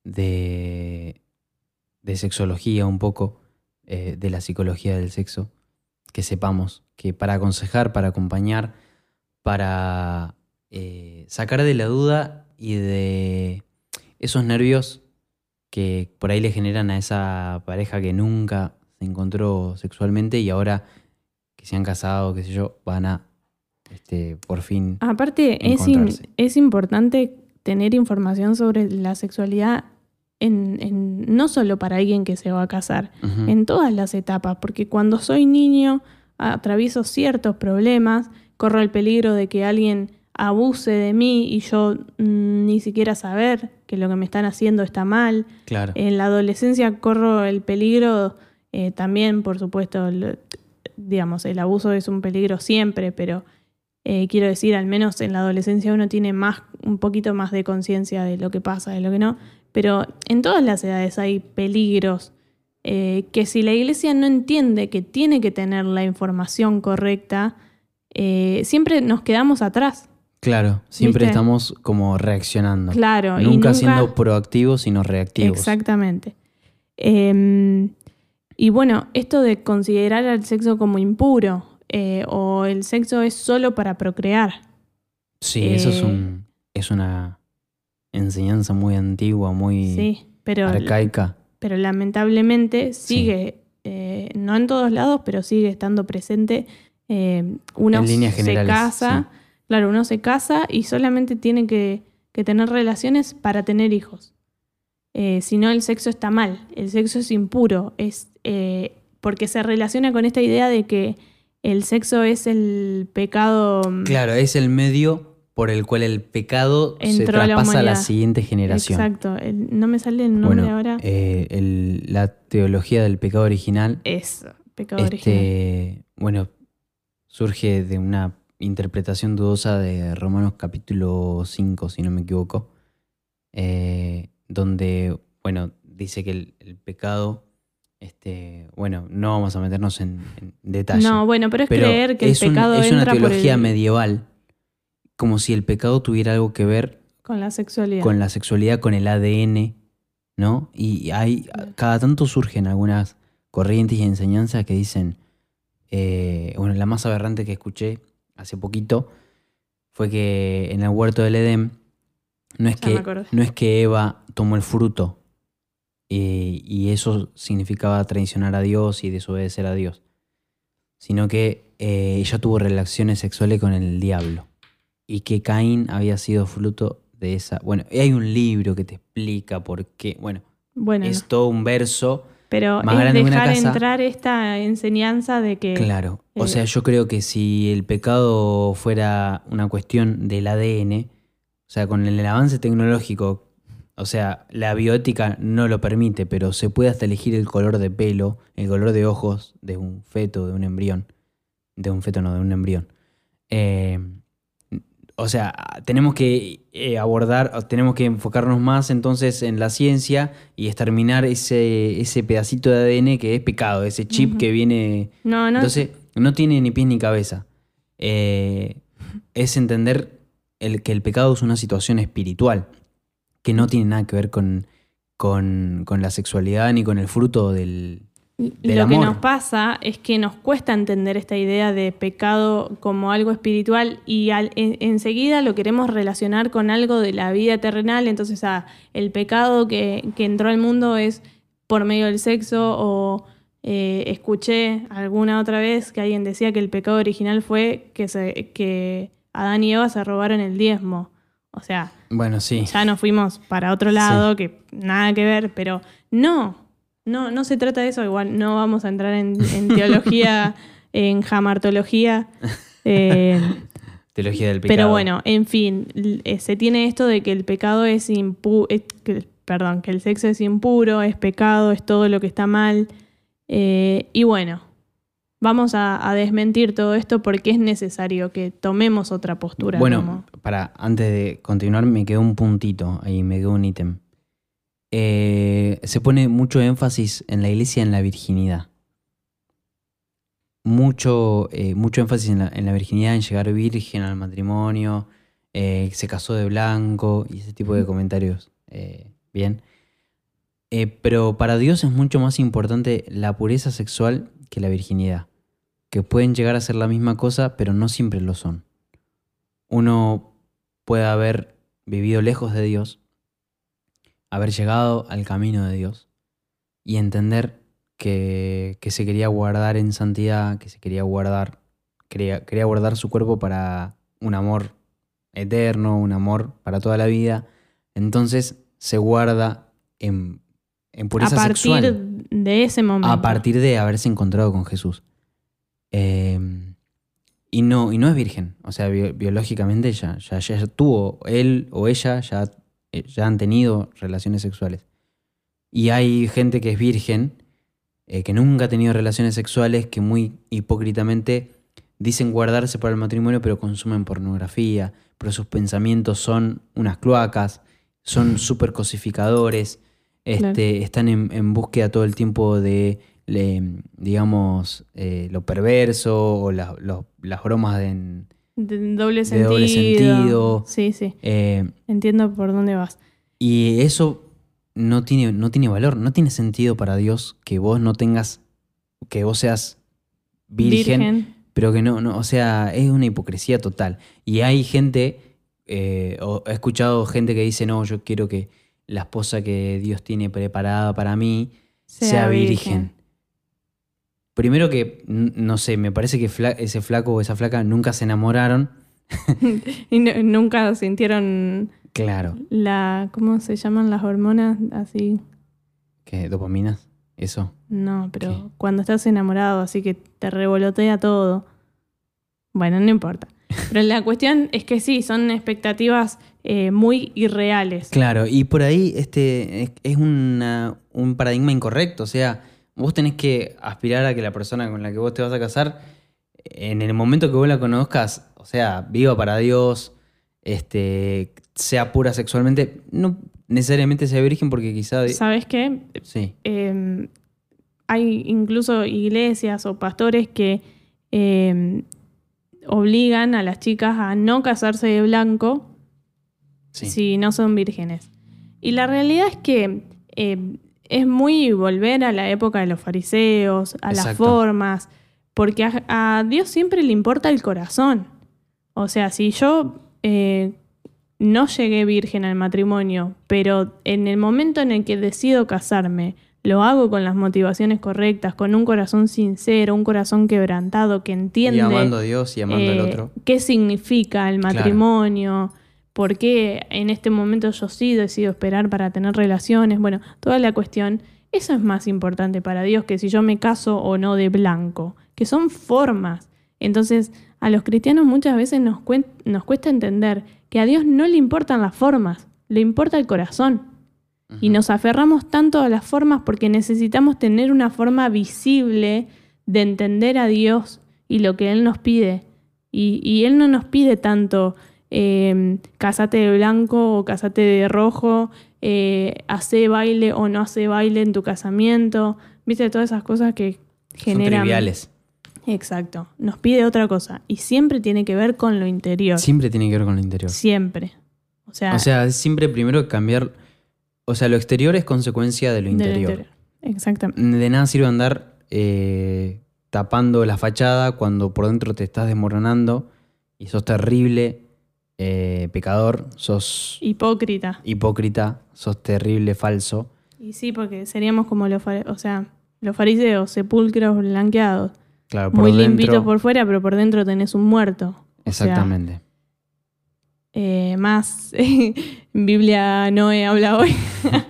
de, de sexología un poco, eh, de la psicología del sexo, que sepamos que para aconsejar, para acompañar, para eh, sacar de la duda y de esos nervios que por ahí le generan a esa pareja que nunca se encontró sexualmente y ahora que se han casado, qué sé yo, van a este, por fin Aparte, es, in- encontrarse. es importante tener información sobre la sexualidad en, en- no solo para alguien que se va a casar, Ujú. en todas las etapas, porque cuando soy niño atravieso ciertos problemas, corro el peligro de que alguien abuse de mí y yo mm, ni siquiera saber que lo que me están haciendo está mal. Claro. En la adolescencia corro el peligro, eh, también, por supuesto, lo- digamos, el abuso es un peligro siempre, pero eh, quiero decir, al menos en la adolescencia uno tiene más, un poquito más de conciencia de lo que pasa, de lo que no. Pero en todas las edades hay peligros eh, que si la iglesia no entiende que tiene que tener la información correcta, eh, siempre nos quedamos atrás. Claro, siempre ¿Viste? estamos como reaccionando. Claro, y Nunca nunca- siendo proactivos, sino reactivos. Exactamente. Eh, y bueno, esto de considerar al sexo como impuro eh, o el sexo es solo para procrear. Sí, eso es, Eh, un, es una enseñanza muy antigua, muy Sí, pero, arcaica. pero lamentablemente sigue, eh, no en todos lados, pero sigue estando presente. Eh, uno En líneas se generales, casa, claro, uno se casa y solamente tiene que, que tener relaciones para tener hijos. Eh, si no, el sexo está mal, el sexo es impuro, es eh, porque se relaciona con esta idea de que el sexo es el pecado. mm, Claro, es el medio por el cual el pecado se Entró a la traspasa a la humanidad. siguiente generación. Exacto, el- no me sale el nombre Bueno, ahora. eh, el- la teología del pecado original, Eso, pecado original. este, bueno, surge de una interpretación dudosa de Romanos capítulo cinco, si no me equivoco, eh, donde, bueno, dice que el, el pecado, este, bueno, no vamos a meternos en, en detalle. No, bueno, pero es pero creer que es el un- pecado es una entra por teología el- medieval, como si el pecado tuviera algo que ver con la sexualidad. con la sexualidad, con el A D N, ¿no? Y hay, cada tanto surgen algunas corrientes y enseñanzas que dicen, eh, bueno, la más aberrante que escuché hace poquito fue que en el huerto del Edén no es, Ya me que, acordé. no es que Eva tomó el fruto eh, y eso significaba traicionar a Dios y desobedecer a Dios, sino que eh, ella tuvo relaciones sexuales con el diablo y que Caín había sido fruto de esa... Bueno, y hay un libro que te explica por qué, bueno, Bueno, es no. todo un verso Pero más es grande que una dejar casa. entrar esta enseñanza de que... Claro, o eh, sea, yo creo que si el pecado fuera una cuestión del A D N, o sea, con el avance tecnológico, o sea, la bioética no lo permite, pero se puede hasta elegir el color de pelo, el color de ojos de un feto, de un embrión, de un feto no, de un embrión. Eh, o sea, tenemos que eh, abordar, o tenemos que enfocarnos más entonces en la ciencia y exterminar ese, ese pedacito de A D N que es pecado, ese chip Ujú. que viene... No, no. Entonces, no tiene ni pies ni cabeza. Eh, es entender el, que el pecado es una situación espiritual, que no tiene nada que ver con, con, con la sexualidad ni con el fruto del, del Lo que amor. nos pasa es que nos cuesta entender esta idea de pecado como algo espiritual y al- en- enseguida lo queremos relacionar con algo de la vida terrenal. Entonces, ah, el pecado que, que entró al mundo es por medio del sexo o eh, escuché alguna otra vez que alguien decía que el pecado original fue que, se, que Adán y Eva se robaron el diezmo. O sea, Bueno, sí. ya nos fuimos para otro lado, que nada que ver, pero no, no, no se trata de eso. Igual no vamos a entrar en, en teología, en jamartología. eh, Teología del pecado. pero bueno, en fin, l- eh, se tiene esto de que el pecado es impuro, perdón, que el sexo es impuro, es pecado, es todo lo que está mal. Eh, y bueno, vamos a, a desmentir todo esto porque es necesario que tomemos otra postura. Bueno, como- para, antes de continuar, me quedó un puntito ahí, me quedó un ítem. Eh, se pone mucho énfasis en la iglesia en la virginidad. Mucho, eh, mucho énfasis en la, en la virginidad, en llegar virgen al matrimonio, eh, se casó de blanco y ese tipo de comentarios. eh, bien. Eh, pero para Dios es mucho más importante la pureza sexual que la virginidad. Que pueden llegar a ser la misma cosa, pero no siempre lo son. Uno puede haber vivido lejos de Dios, haber llegado al camino de Dios y entender que, que se quería guardar en santidad, que se quería guardar, quería, quería guardar su cuerpo para un amor eterno, un amor para toda la vida. Entonces se guarda en, en pureza a partir sexual. de ese momento. A partir de haberse encontrado con Jesús. Eh, y, no, y no es virgen. O sea, bi- biológicamente ya, ya, ya tuvo, él o ella ya, eh, ya han tenido relaciones sexuales. Y hay gente que es virgen, eh, que nunca ha tenido relaciones sexuales, que muy hipócritamente dicen guardarse para el matrimonio, pero consumen pornografía, pero sus pensamientos son unas cloacas, son súper cosificadores, este, Claro. están en, en búsqueda todo el tiempo de, le- digamos, eh, lo perverso o la- lo- las bromas de, De doble de sentido. doble sentido. Sí, sí. eh, Entiendo por dónde vas. y eso no tiene, no tiene valor, no tiene sentido para Dios que vos no tengas, que vos seas virgen, pero que no, no, o sea, es una hipocresía total. Y hay gente, eh, o he escuchado gente que dice, no, yo quiero que la esposa que Dios tiene preparada para mí sea, Sea virgen. virgen. Primero que, n- no sé, me parece que fla- ese flaco o esa flaca nunca se enamoraron. Y no- nunca sintieron Claro, la... ¿Cómo se llaman las hormonas? Así. que dopaminas, eso. No, pero ¿Qué? cuando estás enamorado, así que te revolotea todo. Bueno, no importa. Pero la cuestión es que sí, son expectativas eh, muy irreales. Claro, y por ahí este es, es una- un paradigma incorrecto. O sea, vos tenés que aspirar a que la persona con la que vos te vas a casar, en el momento que vos la conozcas, o sea, viva para Dios, este, sea pura sexualmente, no necesariamente sea virgen porque quizá... ¿Sabes qué? Sí, Eh, hay incluso iglesias o pastores que eh, obligan a las chicas a no casarse de blanco sí. si no son vírgenes. Y la realidad es que eh, es muy volver a la época de los fariseos, a las Exacto. formas, porque a, a Dios siempre le importa el corazón. O sea, si yo eh, no llegué virgen al matrimonio, pero en el momento en el que decido casarme, lo hago con las motivaciones correctas, con un corazón sincero, un corazón quebrantado que entiende Y amando a Dios y amando al eh, otro. qué significa el Claro. matrimonio, por qué en este momento yo sí decido esperar para tener relaciones, bueno, toda la cuestión, eso es más importante para Dios que si yo me caso o no de blanco, que son formas. Entonces, a los cristianos muchas veces nos, cuen- nos cuesta entender que a Dios no le importan las formas, le importa el corazón. Y nos aferramos tanto a las formas porque necesitamos tener una forma visible de entender a Dios y lo que Él nos pide. Y, y Él no nos pide tanto eh, casate de blanco o casate de rojo, eh, hace baile o no hace baile en tu casamiento. ¿Viste? Todas esas cosas que Son generan... triviales. Exacto. Nos pide otra cosa. Y siempre tiene que ver con lo interior. Siempre tiene que ver con lo interior. Siempre. O sea, O sea, es siempre primero cambiar... O sea, lo exterior es consecuencia de lo de lo interior. interior. Exactamente. De nada sirve andar eh, tapando la fachada cuando por dentro te estás desmoronando y sos terrible, eh, pecador, sos Hipócrita. hipócrita, sos terrible, falso. Y sí, porque seríamos como los, fari- o sea, los fariseos, sepulcros blanqueados. Claro, por Muy dentro. limpitos por fuera, pero por dentro tenés un muerto. O sea, Exactamente. eh, más Biblia Noé habla hoy.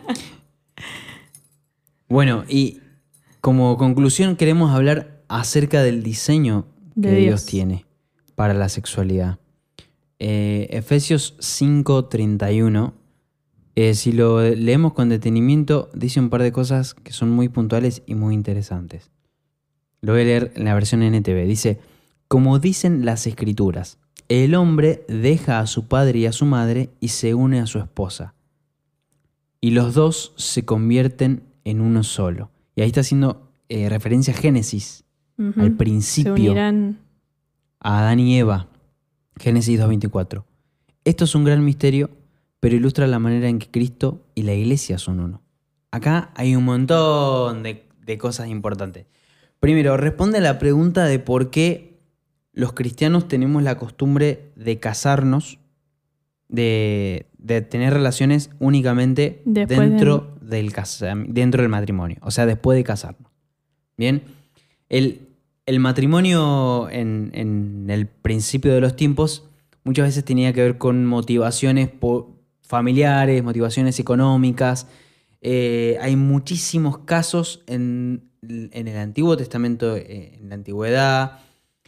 Bueno, y como conclusión queremos hablar acerca del diseño De que Dios. Dios. tiene para la sexualidad. Eh, Efesios cinco treinta y uno, eh, si lo leemos con detenimiento, dice un par de cosas que son muy puntuales y muy interesantes. Lo voy a leer en la versión N T V. Dice, como dicen las escrituras, el hombre deja a su padre y a su madre y se une a su esposa. Y los dos se convierten en uno solo. Y ahí está haciendo eh, referencia a Génesis, Ujú. al Se principio, unirán. a Adán y Eva. Génesis dos veinticuatro. Esto es un gran misterio, pero ilustra la manera en que Cristo y la iglesia son uno. Acá hay un montón de, de cosas importantes. Primero, responde a la pregunta de por qué los cristianos tenemos la costumbre de casarnos de, de tener relaciones únicamente Después dentro, del casam- dentro del matrimonio, o sea, después de casarnos. Bien, el, el matrimonio en, en el principio de los tiempos muchas veces tenía que ver con motivaciones po- familiares, motivaciones económicas. Eh, hay muchísimos casos en, en el Antiguo Testamento, eh, en la Antigüedad,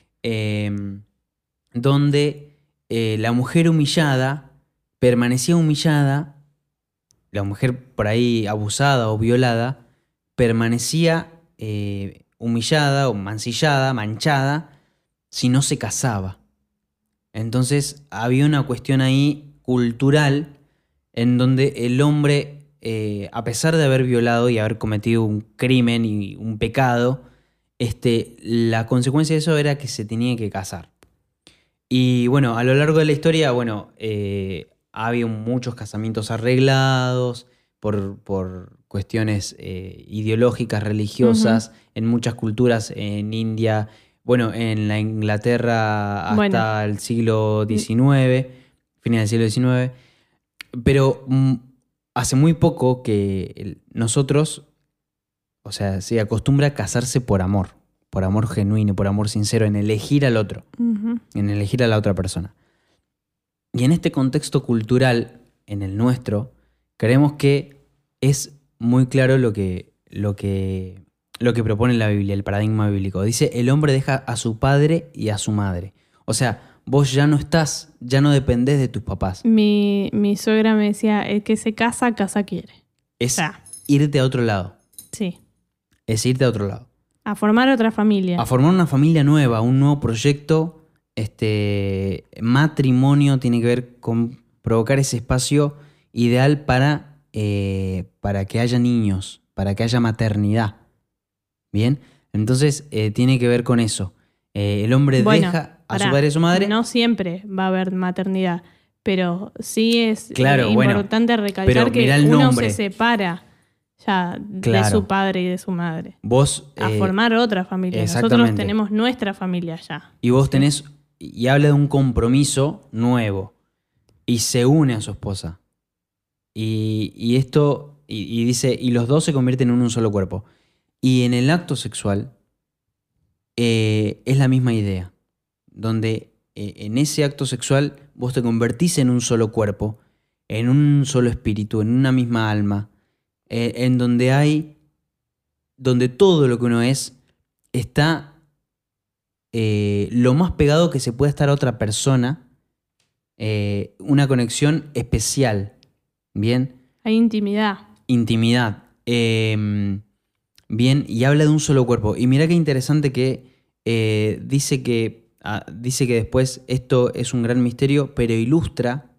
eh, donde eh, la mujer humillada permanecía humillada, la mujer por ahí abusada o violada, permanecía eh, humillada o mancillada, manchada, si no se casaba. Entonces había una cuestión ahí cultural en donde el hombre, eh, a pesar de haber violado y haber cometido un crimen y un pecado, este, la consecuencia de eso era que se tenía que casar. Y bueno, a lo largo de la historia, bueno, eh, ha habido muchos casamientos arreglados por, por cuestiones eh, ideológicas, religiosas, Ujú. en muchas culturas, en India, bueno, en la Inglaterra hasta Bueno. el siglo Mm, diecinueve, fines del siglo diecinueve. Pero mm, hace muy poco que el- nosotros, o sea, se acostumbra a casarse por amor, por amor genuino, por amor sincero, en elegir al otro, ujú. en elegir a la otra persona. Y en este contexto cultural, en el nuestro, creemos que es muy claro lo que, lo que, lo que propone la Biblia, el paradigma bíblico. Dice, el hombre deja a su padre y a su madre. O sea, vos ya no estás, ya no dependés de tus papás. Mi, mi suegra me decía, el que se casa, casa quiere. Es Ya. irte a otro lado. Sí. Es irte a otro lado. A formar otra familia. A formar una familia nueva, un nuevo proyecto. Este matrimonio tiene que ver con provocar ese espacio ideal para, eh, para que haya niños, para que haya maternidad. ¿Bien? Entonces eh, tiene que ver con eso. Eh, el hombre Bueno, deja a pará, su padre y a su madre. no siempre va a haber maternidad, pero sí es Claro, eh, bueno, importante pero recalcar mirá que el uno nombre. se separa ya de Claro. su padre y de su madre. Vos, A eh, formar otra familia. Nosotros exactamente. tenemos nuestra familia ya. Y vos Sí. tenés, y habla de un compromiso nuevo, y se une a su esposa. Y, y esto, y, y dice, y los dos se convierten en un solo cuerpo. Y en el acto sexual eh, es la misma idea, donde eh, en ese acto sexual vos te convertís en un solo cuerpo, en un solo espíritu, en una misma alma, eh, en donde hay, donde todo lo que uno es está eh, lo más pegado que se puede estar a otra persona, eh, una conexión especial, ¿bien? Hay intimidad. Intimidad. Eh, bien, y habla de un solo cuerpo. Y mira qué interesante que eh, dice que ah, dice que después esto es un gran misterio, pero ilustra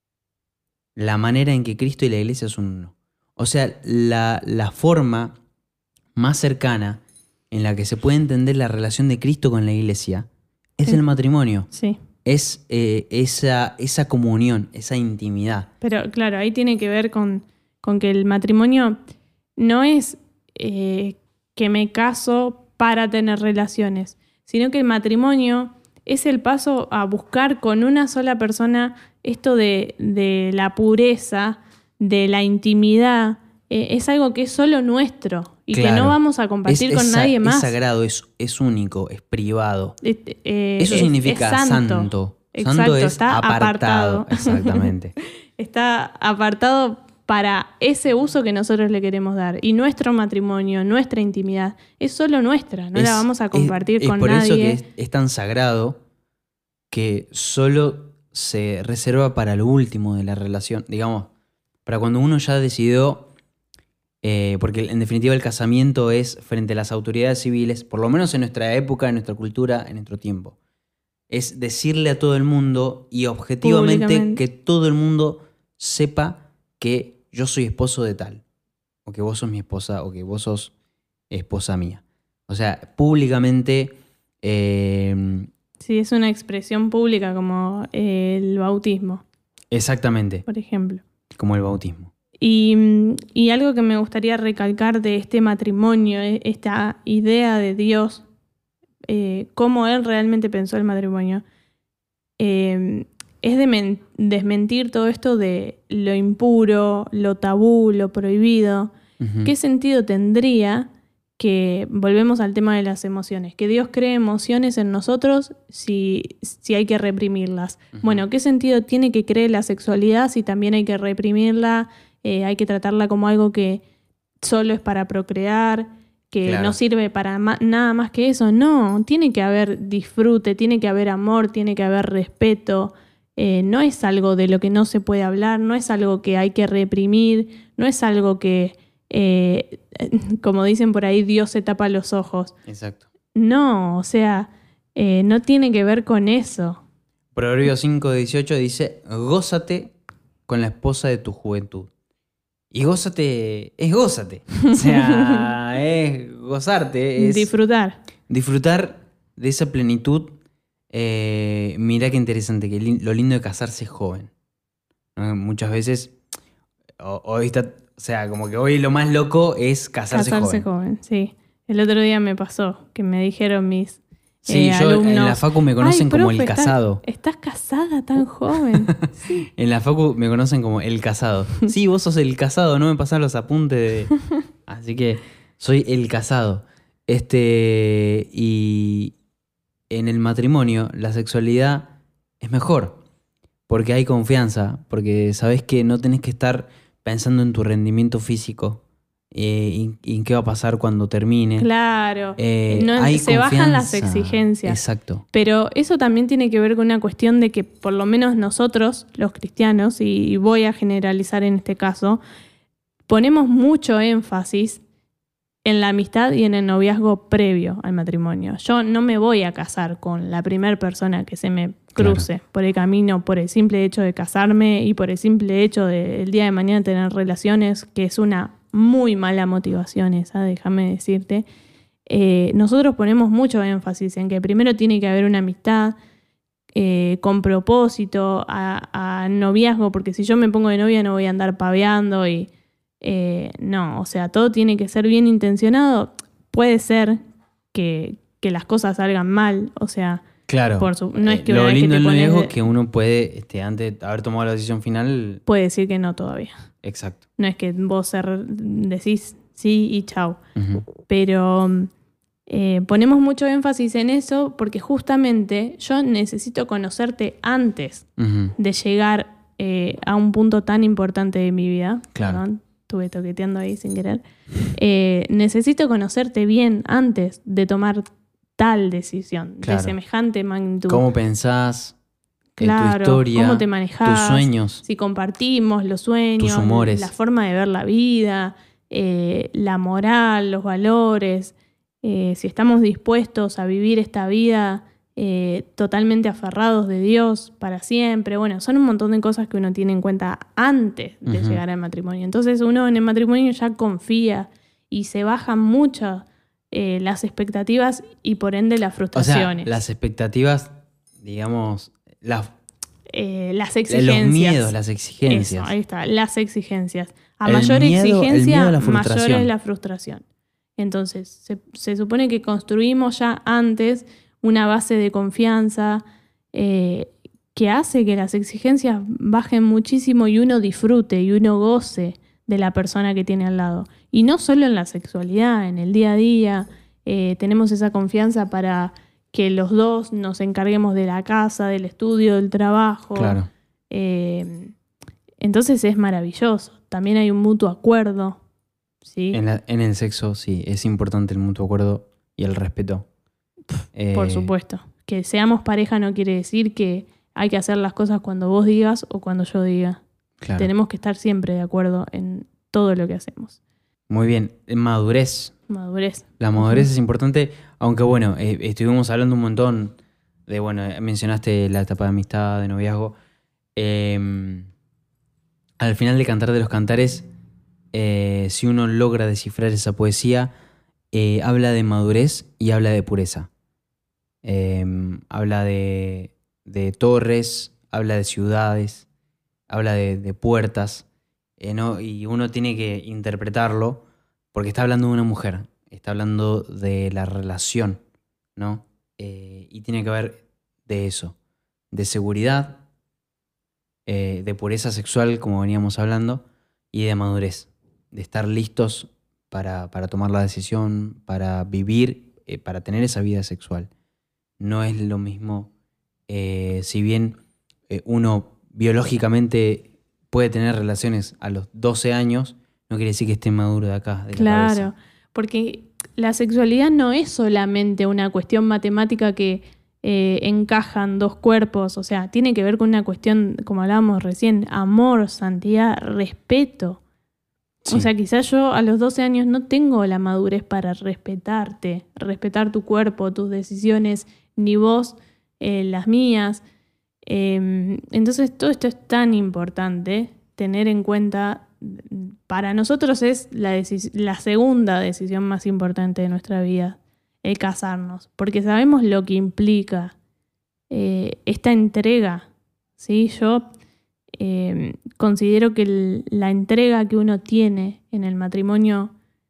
la manera en que Cristo y la iglesia son uno. O sea, la, la forma más cercana en la que se puede entender la relación de Cristo con la iglesia es Sí. el matrimonio. Sí. Es eh, esa, esa comunión, esa intimidad. Pero claro, ahí tiene que ver con, con que el matrimonio no es eh, que me caso para tener relaciones, sino que el matrimonio es el paso a buscar con una sola persona esto de, de la pureza, de la intimidad. Eh, es algo que es solo nuestro y que Claro. no vamos a compartir Es- con es, nadie es más. sagrado, es, es único, es privado. Este, eh, Eso es- significa es santo. santo. Santo Exacto, es está apartado. apartado. Exactamente. Está apartado para ese uso que nosotros le queremos dar. Y nuestro matrimonio, nuestra intimidad, es solo nuestra. No Es- la vamos a compartir es- con es por nadie. eso que es, es tan sagrado que solo se reserva para lo último de la relación. Digamos, para cuando uno ya decidió, eh, porque en definitiva el casamiento es frente a las autoridades civiles, por lo menos en nuestra época, en nuestra cultura, en nuestro tiempo. Es decirle a todo el mundo y objetivamente Públicamente. que todo el mundo sepa que yo soy esposo de tal, o que vos sos mi esposa, o que vos sos esposa mía. O sea, públicamente, eh, Sí, es una expresión pública como el bautismo, exactamente, por ejemplo. como el bautismo. Y, mm, y algo que me gustaría recalcar de este matrimonio, e- esta idea de Dios, eh, cómo Él realmente pensó el matrimonio, eh, es de men- desmentir todo esto de lo impuro, lo tabú, lo prohibido. Ujú. ¿Qué sentido tendría que, volvemos al tema de las emociones, que Dios cree emociones en nosotros si, si hay que reprimirlas? Ujú. Bueno, ¿qué sentido tiene que cree la sexualidad si también hay que reprimirla, eh, hay que tratarla como algo que solo es para procrear, que Claro. no sirve para ma- nada más que eso? No, tiene que haber disfrute, tiene que haber amor, tiene que haber respeto. Eh, no es algo de lo que no se puede hablar, no es algo que hay que reprimir, no es algo que, eh, como dicen por ahí, Dios se tapa los ojos. Exacto. No, o sea, eh, no tiene que ver con eso. Proverbios cinco dieciocho dice, gózate con la esposa de tu juventud. Y gózate, es gózate. O sea, es gozarte, es Disfrutar. disfrutar de esa plenitud. Eh, mirá qué interesante, que lin- lo lindo de casarse joven. ¿No? Muchas veces, o- hoy está, o sea, como que hoy lo más loco es casarse, Casarse joven. joven, sí. El otro día me pasó que me dijeron mis Sí, eh, yo alumnos, en la facu me conocen "Ay, como profe, el estás- casado. Estás casada tan joven." Sí. En la facu me conocen como el casado. Sí, vos sos el casado, no me pasás los apuntes de... Así que soy el casado. Este, y en el matrimonio la sexualidad es mejor, porque hay confianza, porque sabés que no tenés que estar pensando en tu rendimiento físico eh, y, y en qué va a pasar cuando termine. Claro. Eh, No, hay se bajan las confianza. exigencias. Exacto. Pero eso también tiene que ver con una cuestión de que por lo menos nosotros, los cristianos, y voy a generalizar en este caso, ponemos mucho énfasis en la amistad y en el noviazgo previo al matrimonio. Yo no me voy a casar con la primera persona que se me cruce por el camino, por el simple hecho de casarme y por el simple hecho de el día de mañana tener relaciones, que es una muy mala motivación esa, déjame decirte. Eh, nosotros ponemos mucho énfasis en que primero tiene que haber una amistad eh, con propósito, a, a noviazgo, porque si yo me pongo de novia no voy a andar paveando y eh, no, o sea, todo tiene que ser bien intencionado. Puede ser que, que las cosas salgan mal, o sea, Claro. por su- no es Eh, que una lo vez que lindo te del pones noviazgo de- es que uno puede, este, antes de haber tomado la decisión final, puede decir que no todavía. exacto. No es que vos ser- decís sí y chau. Ujú. Pero eh, ponemos mucho énfasis en eso porque justamente yo necesito conocerte antes Ujú. de llegar eh, a un punto tan importante de mi vida. Claro. Perdón, estuve toqueteando ahí sin querer. Eh, necesito conocerte bien antes de tomar tal decisión Claro. de semejante magnitud. ¿Cómo pensás? eh, Claro, tu historia, cómo te manejás, tus sueños. si compartimos los sueños, Tus humores. la forma de ver la vida, eh, la moral, los valores, eh, si estamos dispuestos a vivir esta vida eh, totalmente aferrados de Dios para siempre. Bueno, son un montón de cosas que uno tiene en cuenta antes de Ujú. llegar al matrimonio. Entonces uno en el matrimonio ya confía y se bajan mucho eh, las expectativas y por ende las O sea, frustraciones. las expectativas, digamos, las, Eh, las los exigencias. miedos, las exigencias. Eso, ahí está, las exigencias. A El mayor miedo- el exigencia, miedo a la mayor frustración. es la frustración. Entonces, se, se supone que construimos ya antes una base de confianza eh, que hace que las exigencias bajen muchísimo y uno disfrute y uno goce de la persona que tiene al lado. Y no solo en la sexualidad, en el día a día, eh, tenemos esa confianza para que los dos nos encarguemos de la casa, del estudio, del trabajo. Claro. Eh, entonces es maravilloso. También hay un mutuo acuerdo. ¿Sí? En, la- en el sexo, sí, es importante el mutuo acuerdo y el respeto. Eh, Por supuesto. Que seamos pareja no quiere decir que hay que hacer las cosas cuando vos digas o cuando yo diga. Claro. Tenemos que estar siempre de acuerdo en todo lo que hacemos. Muy bien. Madurez. Madurez. La madurez es importante, aunque bueno, eh, estuvimos hablando un montón de, bueno, eh, mencionaste la etapa de amistad, de noviazgo. Eh, al final de Cantar de los Cantares, eh, si uno logra descifrar esa poesía, eh, habla de madurez y habla de pureza. Eh, habla de, de torres, habla de ciudades, habla de, de puertas, eh, ¿no? Y uno tiene que interpretarlo porque está hablando de una mujer, está hablando de la relación, ¿no? Eh, y tiene que ver de eso, de seguridad, eh, de pureza sexual, como veníamos hablando, y de madurez, de estar listos para, para tomar la decisión, para vivir, eh, para tener esa vida sexual. No es lo mismo, eh, si bien eh, uno biológicamente puede tener relaciones a los doce años, no quiere decir que esté maduro de acá, de la Claro, cabeza. porque la sexualidad no es solamente una cuestión matemática que eh, encajan dos cuerpos, o sea, tiene que ver con una cuestión, como hablábamos recién, amor, santidad, respeto. Sí. O sea, quizás yo a los doce años no tengo la madurez para respetarte, respetar tu cuerpo, tus decisiones, ni vos eh, las mías. Eh, entonces todo esto es tan importante tener en cuenta. Para nosotros es la, decis- la segunda decisión más importante de nuestra vida, el casarnos, porque sabemos lo que implica eh, esta entrega, ¿sí? Yo eh, considero que el- la entrega que uno tiene en el matrimonio,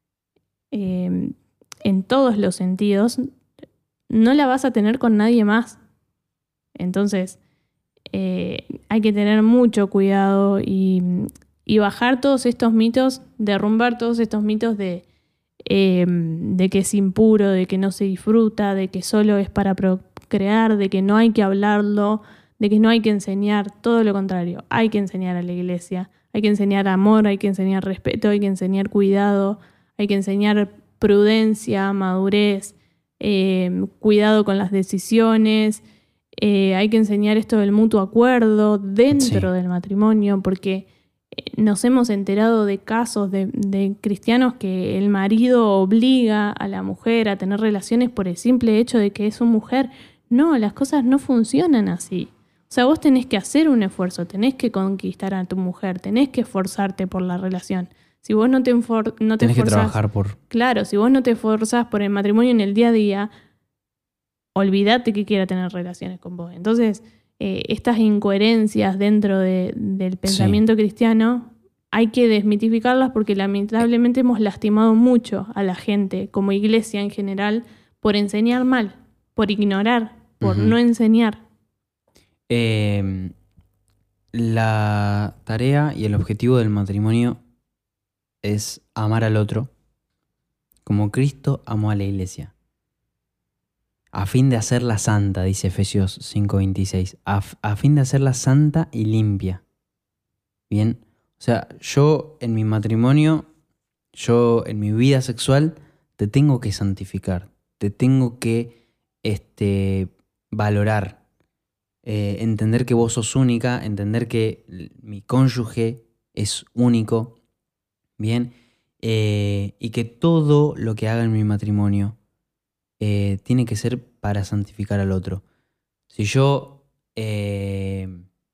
eh, en todos los sentidos, no la vas a tener con nadie más. Entonces, eh, hay que tener mucho cuidado y, y bajar todos estos mitos, derrumbar todos estos mitos de, eh, de que es impuro, de que no se disfruta, de que solo es para procrear, de que no hay que hablarlo, de que no hay que enseñar, todo lo contrario, hay que enseñar a la iglesia, hay que enseñar amor, hay que enseñar respeto, hay que enseñar cuidado, hay que enseñar prudencia, madurez, eh, cuidado con las decisiones. Eh, hay que enseñar esto del mutuo acuerdo dentro Sí. del matrimonio, porque eh, nos hemos enterado de casos de, de cristianos que el marido obliga a la mujer a tener relaciones por el simple hecho de que es su mujer. No, las cosas no funcionan así. O sea, vos tenés que hacer un esfuerzo, tenés que conquistar a tu mujer, tenés que esforzarte por la relación. Si vos no te, enfor- no te Tenés que esforzás, trabajar por... claro, si vos no te esforzás por el matrimonio en el día a día, olvídate que quiera tener relaciones con vos. Entonces, eh, estas incoherencias dentro de- del pensamiento cristiano hay que desmitificarlas porque lamentablemente hemos lastimado mucho a la gente, como iglesia en general, por enseñar mal, por ignorar, por Ujú. no enseñar. Eh, la tarea y el objetivo del matrimonio es amar al otro como Cristo amó a la iglesia, a fin de hacerla santa, dice Efesios cinco veintiséis, a, f- a fin de hacerla santa y limpia. Bien, o sea, yo en mi matrimonio, yo en mi vida sexual, te tengo que santificar, te tengo que este, valorar, eh, entender que vos sos única, entender que l- mi cónyuge es único, bien, eh, y que todo lo que haga en mi matrimonio eh, tiene que ser para santificar al otro. Si yo, eh,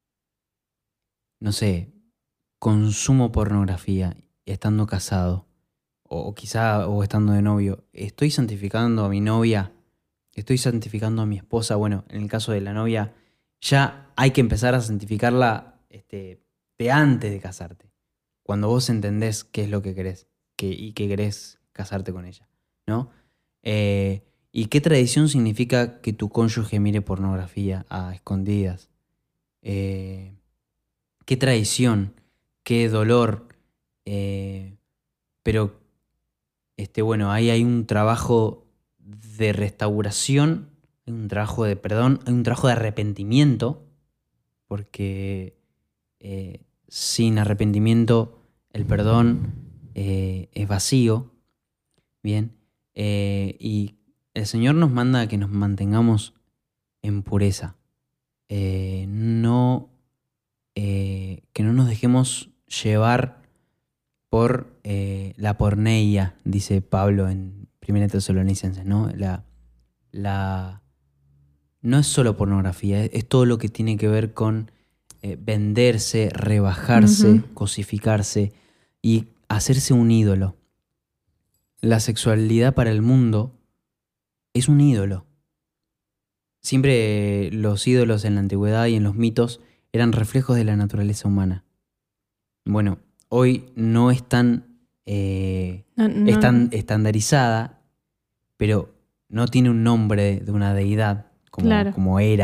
no sé, consumo pornografía estando casado, o, o quizá o estando de novio, ¿estoy santificando a mi novia? ¿Estoy santificando a mi esposa? Bueno, en el caso de la novia, ya hay que empezar a santificarla este, de antes de casarte. Cuando vos entendés qué es lo que querés que, y que querés casarte con ella, ¿no? Eh, ¿Y qué tradición significa que tu cónyuge mire pornografía a escondidas? Eh, ¿Qué traición? ¿Qué dolor? Eh, pero, este, bueno, ahí hay un trabajo de restauración, hay un trabajo de perdón, hay un trabajo de arrepentimiento, porque eh, sin arrepentimiento el perdón eh, es vacío, ¿bien? Eh, y el Señor nos manda a que nos mantengamos en pureza, eh, no, eh, que no nos dejemos llevar por eh, la porneia, dice Pablo en primera Tesalonicenses, ¿no? La, la, no es solo pornografía, es, es todo lo que tiene que ver con eh, venderse, rebajarse, Ujú. cosificarse y hacerse un ídolo. La sexualidad para el mundo es un ídolo. Siempre los ídolos en la antigüedad y en los mitos eran reflejos de la naturaleza humana. Bueno, hoy no es tan, eh, No, es no, tan estandarizada, pero no tiene un nombre de una deidad como, claro. como Hera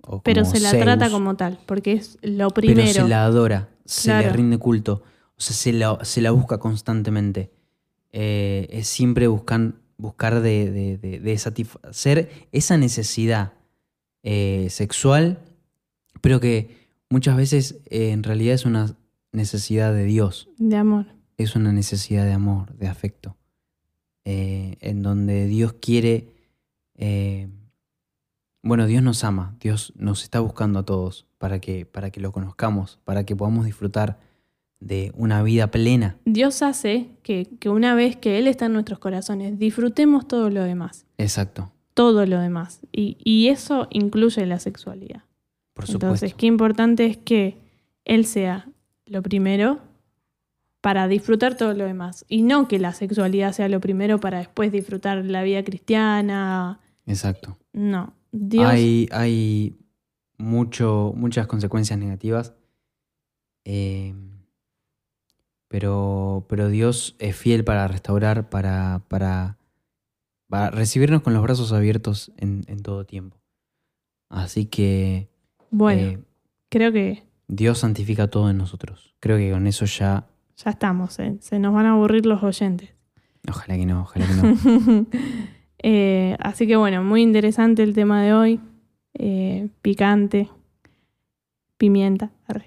o Pero como se la Zeus, trata como tal, porque es lo primero. pero se la adora, se Claro. le rinde culto, o sea, se la, se la busca constantemente. Eh, es siempre buscan, buscar de, de, de, de satisfacer esa necesidad eh, sexual, pero que muchas veces eh, en realidad es una necesidad de Dios, De amor. es una necesidad de amor, de afecto, eh, en donde Dios quiere, eh, bueno, Dios nos ama, Dios nos está buscando a todos para que, para que lo conozcamos, para que podamos disfrutar de una vida plena. Dios hace que, que una vez que Él está en nuestros corazones, disfrutemos todo lo demás. Exacto, Todo lo demás. Y, y eso incluye la sexualidad. por supuesto. Entonces, qué importante es que Él sea lo primero para disfrutar todo lo demás. Y no que la sexualidad sea lo primero para después disfrutar la vida cristiana. Exacto. No. Dios. Hay, hay mucho, muchas consecuencias negativas, eh, pero, pero Dios es fiel para restaurar, para, para, para recibirnos con los brazos abiertos en, en todo tiempo. Así que Bueno, eh, creo que Dios santifica todo en nosotros. Creo que con eso ya, ya estamos. ¿eh? Se nos van a aburrir los oyentes. ojalá que no, ojalá que no. Eh, así que bueno, muy interesante el tema de hoy. Eh, picante. Pimienta. Arre.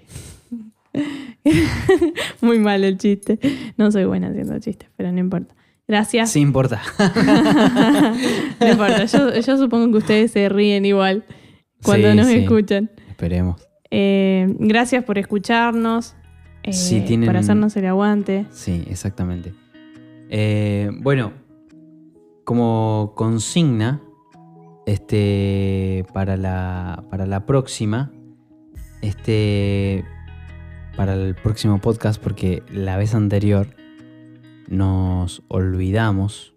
Muy mal el chiste. No soy buena haciendo chistes, pero no importa. Gracias. Sí importa. No importa. Yo, yo supongo que ustedes se ríen igual cuando Sí, nos sí. escuchan. Esperemos. Eh, gracias por escucharnos. eh, Si tienen- Por hacernos el aguante. Sí, exactamente. Eh, bueno, como consigna, este, para la, para la próxima, este, para el próximo podcast, porque la vez anterior nos olvidamos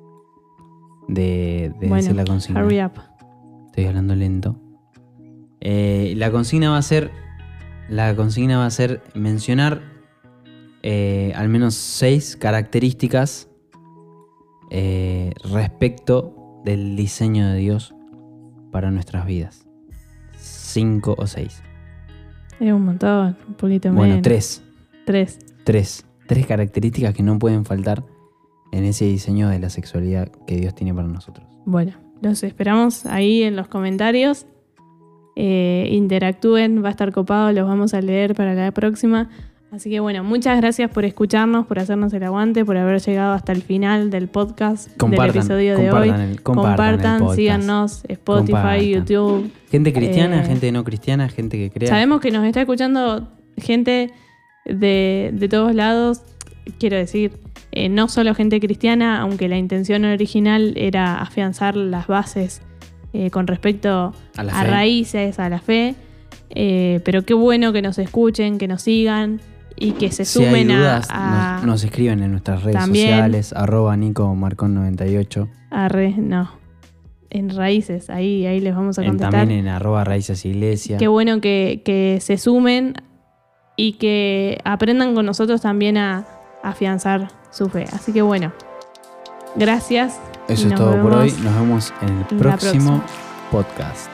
de, de Bueno, decir la consigna. hurry up. Estoy hablando lento. Eh, la consigna va a ser, la consigna va a ser mencionar eh, al menos seis características eh, respecto del diseño de Dios para nuestras vidas. Cinco o seis. Es un montón, un poquito menos. Bueno, tres. Tres. Tres. Tres características que no pueden faltar en ese diseño de la sexualidad que Dios tiene para nosotros. Bueno, los esperamos ahí en los comentarios. Eh, interactúen, va a estar copado, los vamos a leer para la próxima. Así que bueno, muchas gracias por escucharnos, por hacernos el aguante, por haber llegado hasta el final del podcast, Compartan, del episodio de compartan hoy. el- compartan el podcast. síganos, Spotify, Compartan. YouTube. Gente cristiana, Eh, gente no cristiana, gente que crea. Sabemos que nos está escuchando gente de, de todos lados, quiero decir, eh, no solo gente cristiana, aunque la intención original era afianzar las bases eh, con respecto A a, la fe. raíces, a la fe. Eh, pero qué bueno que nos escuchen, que nos sigan y que se Si hay sumen a- dudas, a, nos, nos escriben en nuestras redes También. sociales, arroba Nico Marcón noventa y ocho. a re- no, en raíces, ahí, ahí les vamos a En- contestar. también en arroba Raíces Iglesia. Qué bueno que, que se sumen y que aprendan con nosotros también a, a afianzar su fe. Así que bueno, gracias. Eso y es nos todo por hoy. vemos Nos vemos en el la próximo próxima. podcast.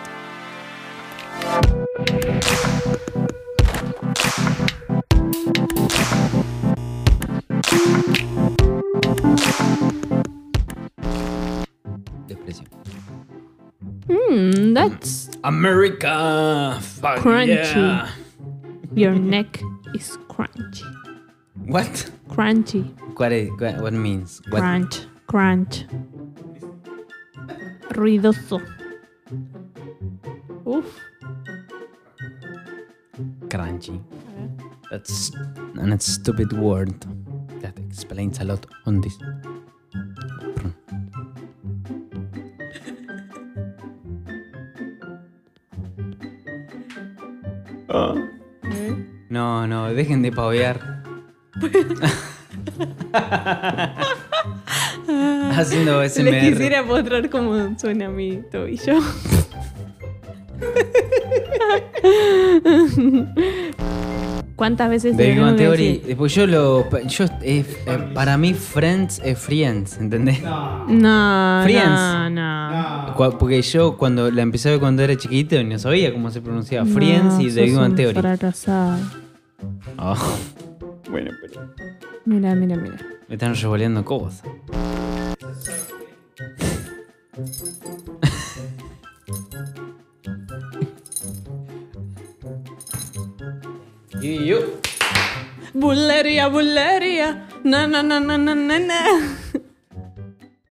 Desprecio. Mm, that's America, fuck Crunchy. yeah. your neck is crunchy. What? Crunchy. What, is, what, what means? What? Crunch. Crunch. Ruidoso. Uf. Crunchy. That's an stupid word that explains a lot on this. No, no, dejen de pavear. Haciendo S M Les R. quisiera mostrar cómo suena mi tobillo. ¿Cuántas veces The te Big tengo Bang que Theory. decir? Después yo lo. Yo, eh, eh, para mí, Friends es Friends, ¿entendés? No, Friends. no, no. Cua- Porque yo cuando la empecé a ver cuando era chiquito no sabía cómo se pronunciaba No, Friends y The Big sos Bang un Theory. fracasado. Oh. Bueno, pero. Mira, mira, mira. Me están revoleando cosas. Y yo. Bulleria, bulleria. Na, na, na, na, na, na, na.